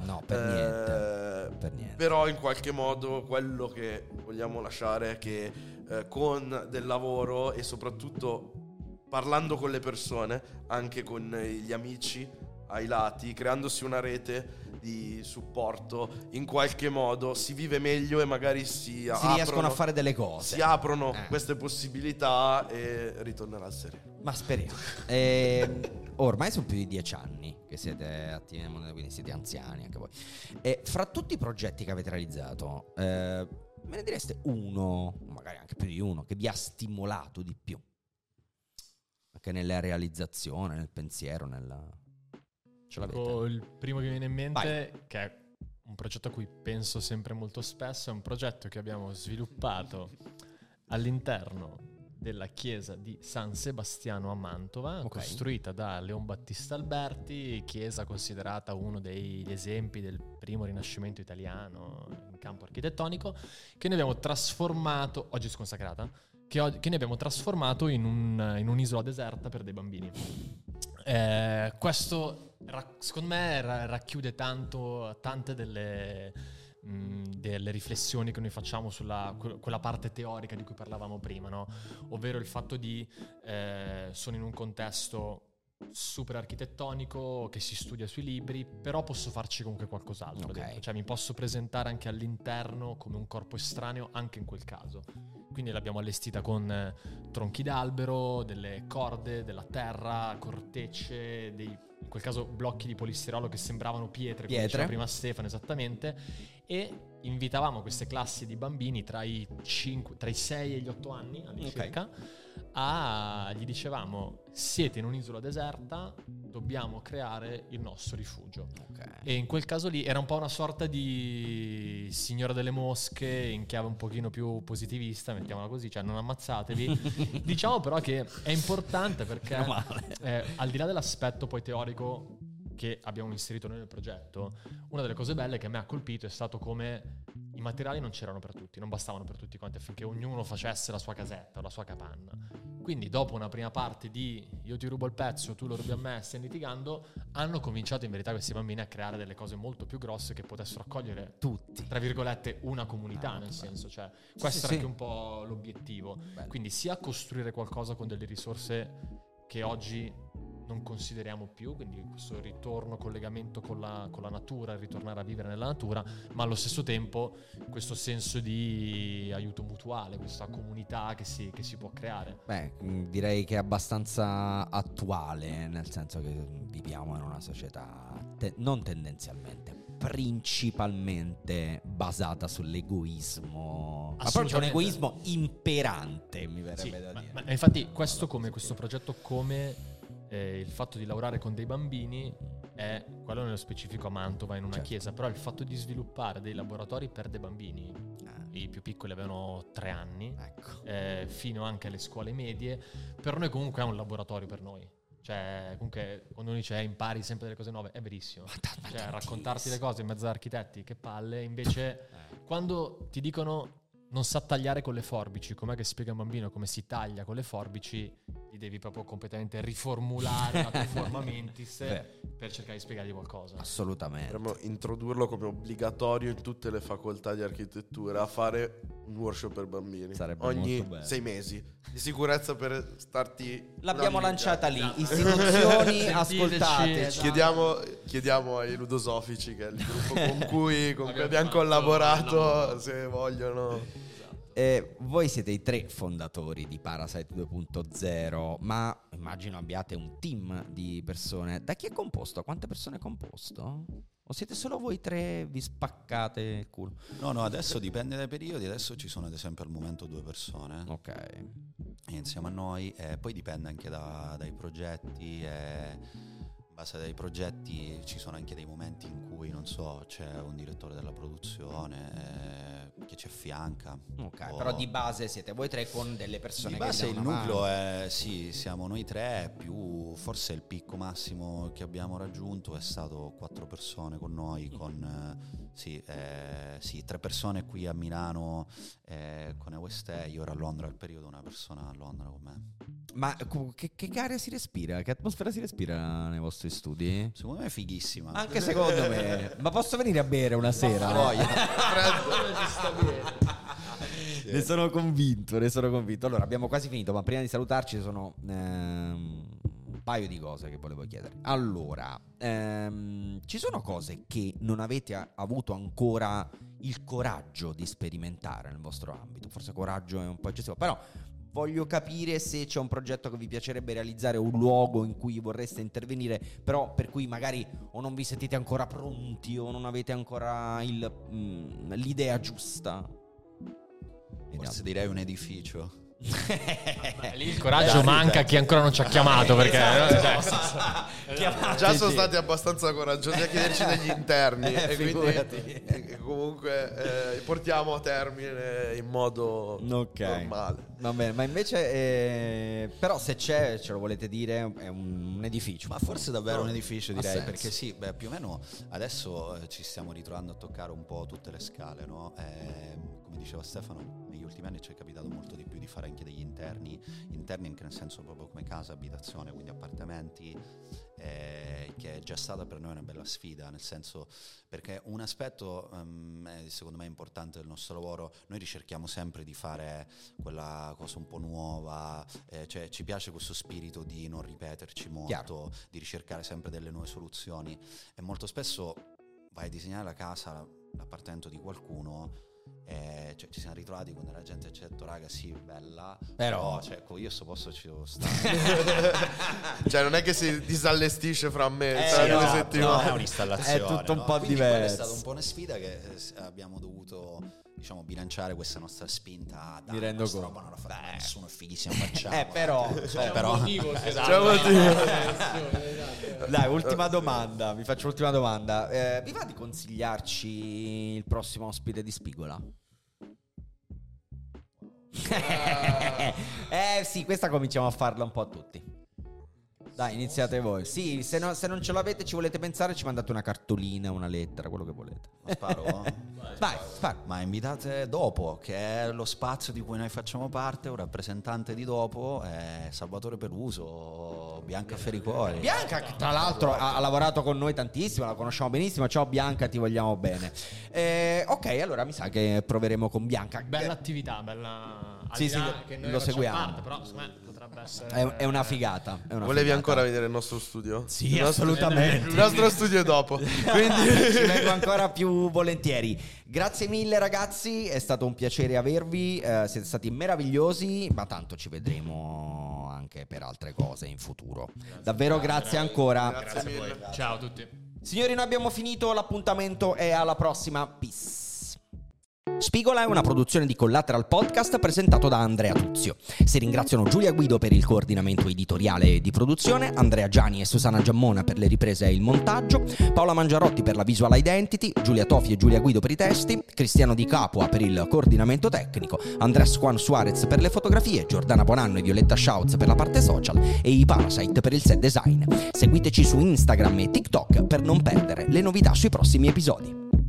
per niente. Però in qualche modo quello che vogliamo lasciare è che con del lavoro e soprattutto parlando con le persone, anche con gli amici ai lati, creandosi una rete di supporto, in qualche modo si vive meglio e magari si riescono a fare delle cose, si aprono queste possibilità e ritornerà al sereno. Ma speriamo. Ormai sono più di 10 anni che siete attivi nel mondo, quindi siete anziani anche voi. E fra tutti i progetti che avete realizzato, me ne direste uno, magari anche più di uno, che vi ha stimolato di più? Anche nella realizzazione, nel pensiero, ce l'avete? Il primo che mi viene in mente, che è un progetto a cui penso sempre molto spesso, è un progetto che abbiamo sviluppato all'interno della chiesa di San Sebastiano a Mantova, costruita da Leon Battista Alberti, chiesa considerata uno degli esempi del primo rinascimento italiano in campo architettonico, che noi abbiamo trasformato, oggi sconsacrata, che ne abbiamo trasformato in un'isola deserta per dei bambini. Questo secondo me racchiude tante delle riflessioni che noi facciamo sulla quella parte teorica di cui parlavamo prima, no? Ovvero il fatto di sono in un contesto super architettonico che si studia sui libri, però posso farci comunque qualcos'altro dentro. Cioè mi posso presentare anche all'interno come un corpo estraneo anche in quel caso. Quindi l'abbiamo allestita con tronchi d'albero, delle corde, della terra, cortecce, in quel caso blocchi di polistirolo che sembravano pietre, come diceva prima Stefano, esattamente, e invitavamo queste classi di bambini tra i 6 e gli 8 anni all'incirca, gli dicevamo: siete in un'isola deserta, dobbiamo creare il nostro rifugio. E in quel caso lì era un po' una sorta di Signora delle Mosche in chiave un pochino più positivista, mettiamola così, cioè non ammazzatevi. Diciamo però che è importante perché al di là dell'aspetto poi teorico che abbiamo inserito noi nel progetto, una delle cose belle che a me ha colpito è stato come i materiali non c'erano per tutti, non bastavano per tutti quanti affinché ognuno facesse la sua casetta o la sua capanna. Quindi dopo una prima parte di io ti rubo il pezzo, tu lo rubi a me, stiamo litigando, hanno cominciato in verità questi bambini a creare delle cose molto più grosse che potessero accogliere tutti, tra virgolette, una comunità, nel senso, cioè questo era anche un po' l'obiettivo. Quindi sia costruire qualcosa con delle risorse che oggi non consideriamo più, quindi questo ritorno, collegamento con la natura, ritornare a vivere nella natura, ma allo stesso tempo questo senso di aiuto mutuale, questa comunità che si può creare. Beh, direi che è abbastanza attuale, nel senso che viviamo in una società non tendenzialmente, principalmente basata sull'egoismo, ma proprio c'è un egoismo imperante, mi verrebbe da dire. Ma infatti questo progetto come il fatto di lavorare con dei bambini è quello nello specifico a Mantova in una chiesa, però il fatto di sviluppare dei laboratori per dei bambini, i più piccoli avevano 3 anni, fino anche alle scuole medie, per noi comunque è un laboratorio per noi. Cioè, comunque, quando uno dice impari sempre delle cose nuove, è verissimo. Cioè, raccontarti le cose in mezzo ad architetti, che palle. Invece, quando ti dicono non sa tagliare con le forbici, com'è che spiega un bambino come si taglia con le forbici, gli devi proprio completamente riformulare la tua forma mentis per cercare di spiegargli qualcosa. Assolutamente. Dovremmo introdurlo come obbligatorio in tutte le facoltà di architettura, a fare un workshop per bambini. Sarebbe ogni molto bello. 6 mesi di sicurezza per starti. L'abbiamo lanciata lì, Esatto. istituzioni, ascoltate. Esatto. Chiediamo ai Ludosofici, che è il gruppo con cui abbiamo collaborato, se vogliono. Voi siete i 3 fondatori di Parasite 2.0, ma immagino abbiate un team di persone. Da chi è composto? Quante persone è composto? O siete solo voi 3, vi spaccate il culo? No, adesso dipende dai periodi. Adesso ci sono ad esempio al momento 2 persone Ok. insieme a noi, poi dipende anche dai progetti. In base ai progetti ci sono anche dei momenti in cui, non so, c'è un direttore della produzione che ci affianca. Ok, però di base siete voi 3 con delle persone di base che il nucleo è, sì, siamo noi 3, più forse il picco massimo che abbiamo raggiunto è stato 4 persone con noi, con 3 persone qui a Milano con West, io ero a Londra al periodo, una persona a Londra con me. Ma che aria si respira? Che atmosfera si respira nei vostri studi? Secondo me è fighissima. Anche secondo me. Ma posso venire a bere una sera? Ne sono convinto. Allora, abbiamo quasi finito, ma prima di salutarci ci sono un paio di cose che volevo chiedere. Allora, ci sono cose che non avete avuto ancora il coraggio di sperimentare nel vostro ambito? Forse coraggio è un po' eccessivo, però voglio capire se c'è un progetto che vi piacerebbe realizzare, un luogo in cui vorreste intervenire, però per cui magari o non vi sentite ancora pronti o non avete ancora l'idea giusta. Forse direi un edificio. Lì il coraggio manca a chi ancora non ci ha chiamato, perché Già sono stati abbastanza coraggiosi a chiederci degli interni e figurati. quindi comunque portiamo a termine in modo normale. Va bene, ma invece però se c'è, ce lo volete dire, è un edificio. Ma forse davvero un edificio, direi, senso. perché sì, più o meno adesso ci stiamo ritrovando a toccare un po' tutte le scale, no? Come diceva Stefano, negli ultimi anni ci è capitato molto di più di fare anche degli interni anche nel senso proprio come casa, abitazione, quindi appartamenti, che è già stata per noi una bella sfida, nel senso, perché un aspetto secondo me importante del nostro lavoro, noi ricerchiamo sempre di fare quella cosa un po' nuova, cioè ci piace questo spirito di non ripeterci molto, Chiaro. di ricercare sempre delle nuove soluzioni, e molto spesso vai a disegnare la casa, l'appartamento di qualcuno, cioè, ci siamo ritrovati quando la gente ci ha detto raga sì bella, però cioè, io sto posto ci devo stare. Cioè non è che si disallestisce fra me No, le settimane. è un'installazione, È tutto un no? po' Quindi quella diverso. è stata un po' una sfida che abbiamo dovuto, diciamo, bilanciare questa nostra spinta. Mi rendo questa conto. roba non la fa nessuno, è fighissimo, facciamo. Però dai, ultima domanda. Vi faccio l'ultima domanda. Vi va di consigliarci il prossimo ospite di Spigola? Sì, questa cominciamo a farla un po' a tutti. Dai, iniziate voi. Sì, se non ce l'avete, ci volete pensare, ci mandate una cartolina, una lettera, quello che volete. Ma sparo? Vai, spara. Ma invitate Dopo, che è lo spazio di cui noi facciamo parte. Un rappresentante di Dopo è Salvatore Peruso, Bianca Fericoli. Bianca, che tra l'altro ha lavorato con noi tantissimo, la conosciamo benissimo. Ciao Bianca, ti vogliamo bene. Ok, allora mi sa che proveremo con Bianca. bella attività, bella. Sì, al di là sì, che noi lo facciamo seguiamo. parte, però secondo me potrebbe essere... È una figata. Volevi figata. ancora vedere il nostro studio? Sì, assolutamente. Il nostro studio è dopo. Quindi ci vengo ancora più volentieri. Grazie mille ragazzi, è stato un piacere avervi, siete stati meravigliosi, ma tanto ci vedremo anche per altre cose in futuro. Davvero grazie ancora. Grazie mille. Ciao a tutti. Signori, noi abbiamo finito, l'appuntamento è alla prossima. Peace. Spigola è una produzione di Collateral Podcast presentato da Andrea Tuzio. Si ringraziano Giulia Guido per il coordinamento editoriale e di produzione, Andrea Giani e Susanna Giammona per le riprese e il montaggio, Paola Mangiarotti per la visual identity, Giulia Tofi e Giulia Guido per i testi, Cristiano Di Capua per il coordinamento tecnico, Andrés Juan Suarez per le fotografie, Giordana Bonanno e Violetta Schautz per la parte social e i Parasite per il set design. Seguiteci su Instagram e TikTok per non perdere le novità sui prossimi episodi.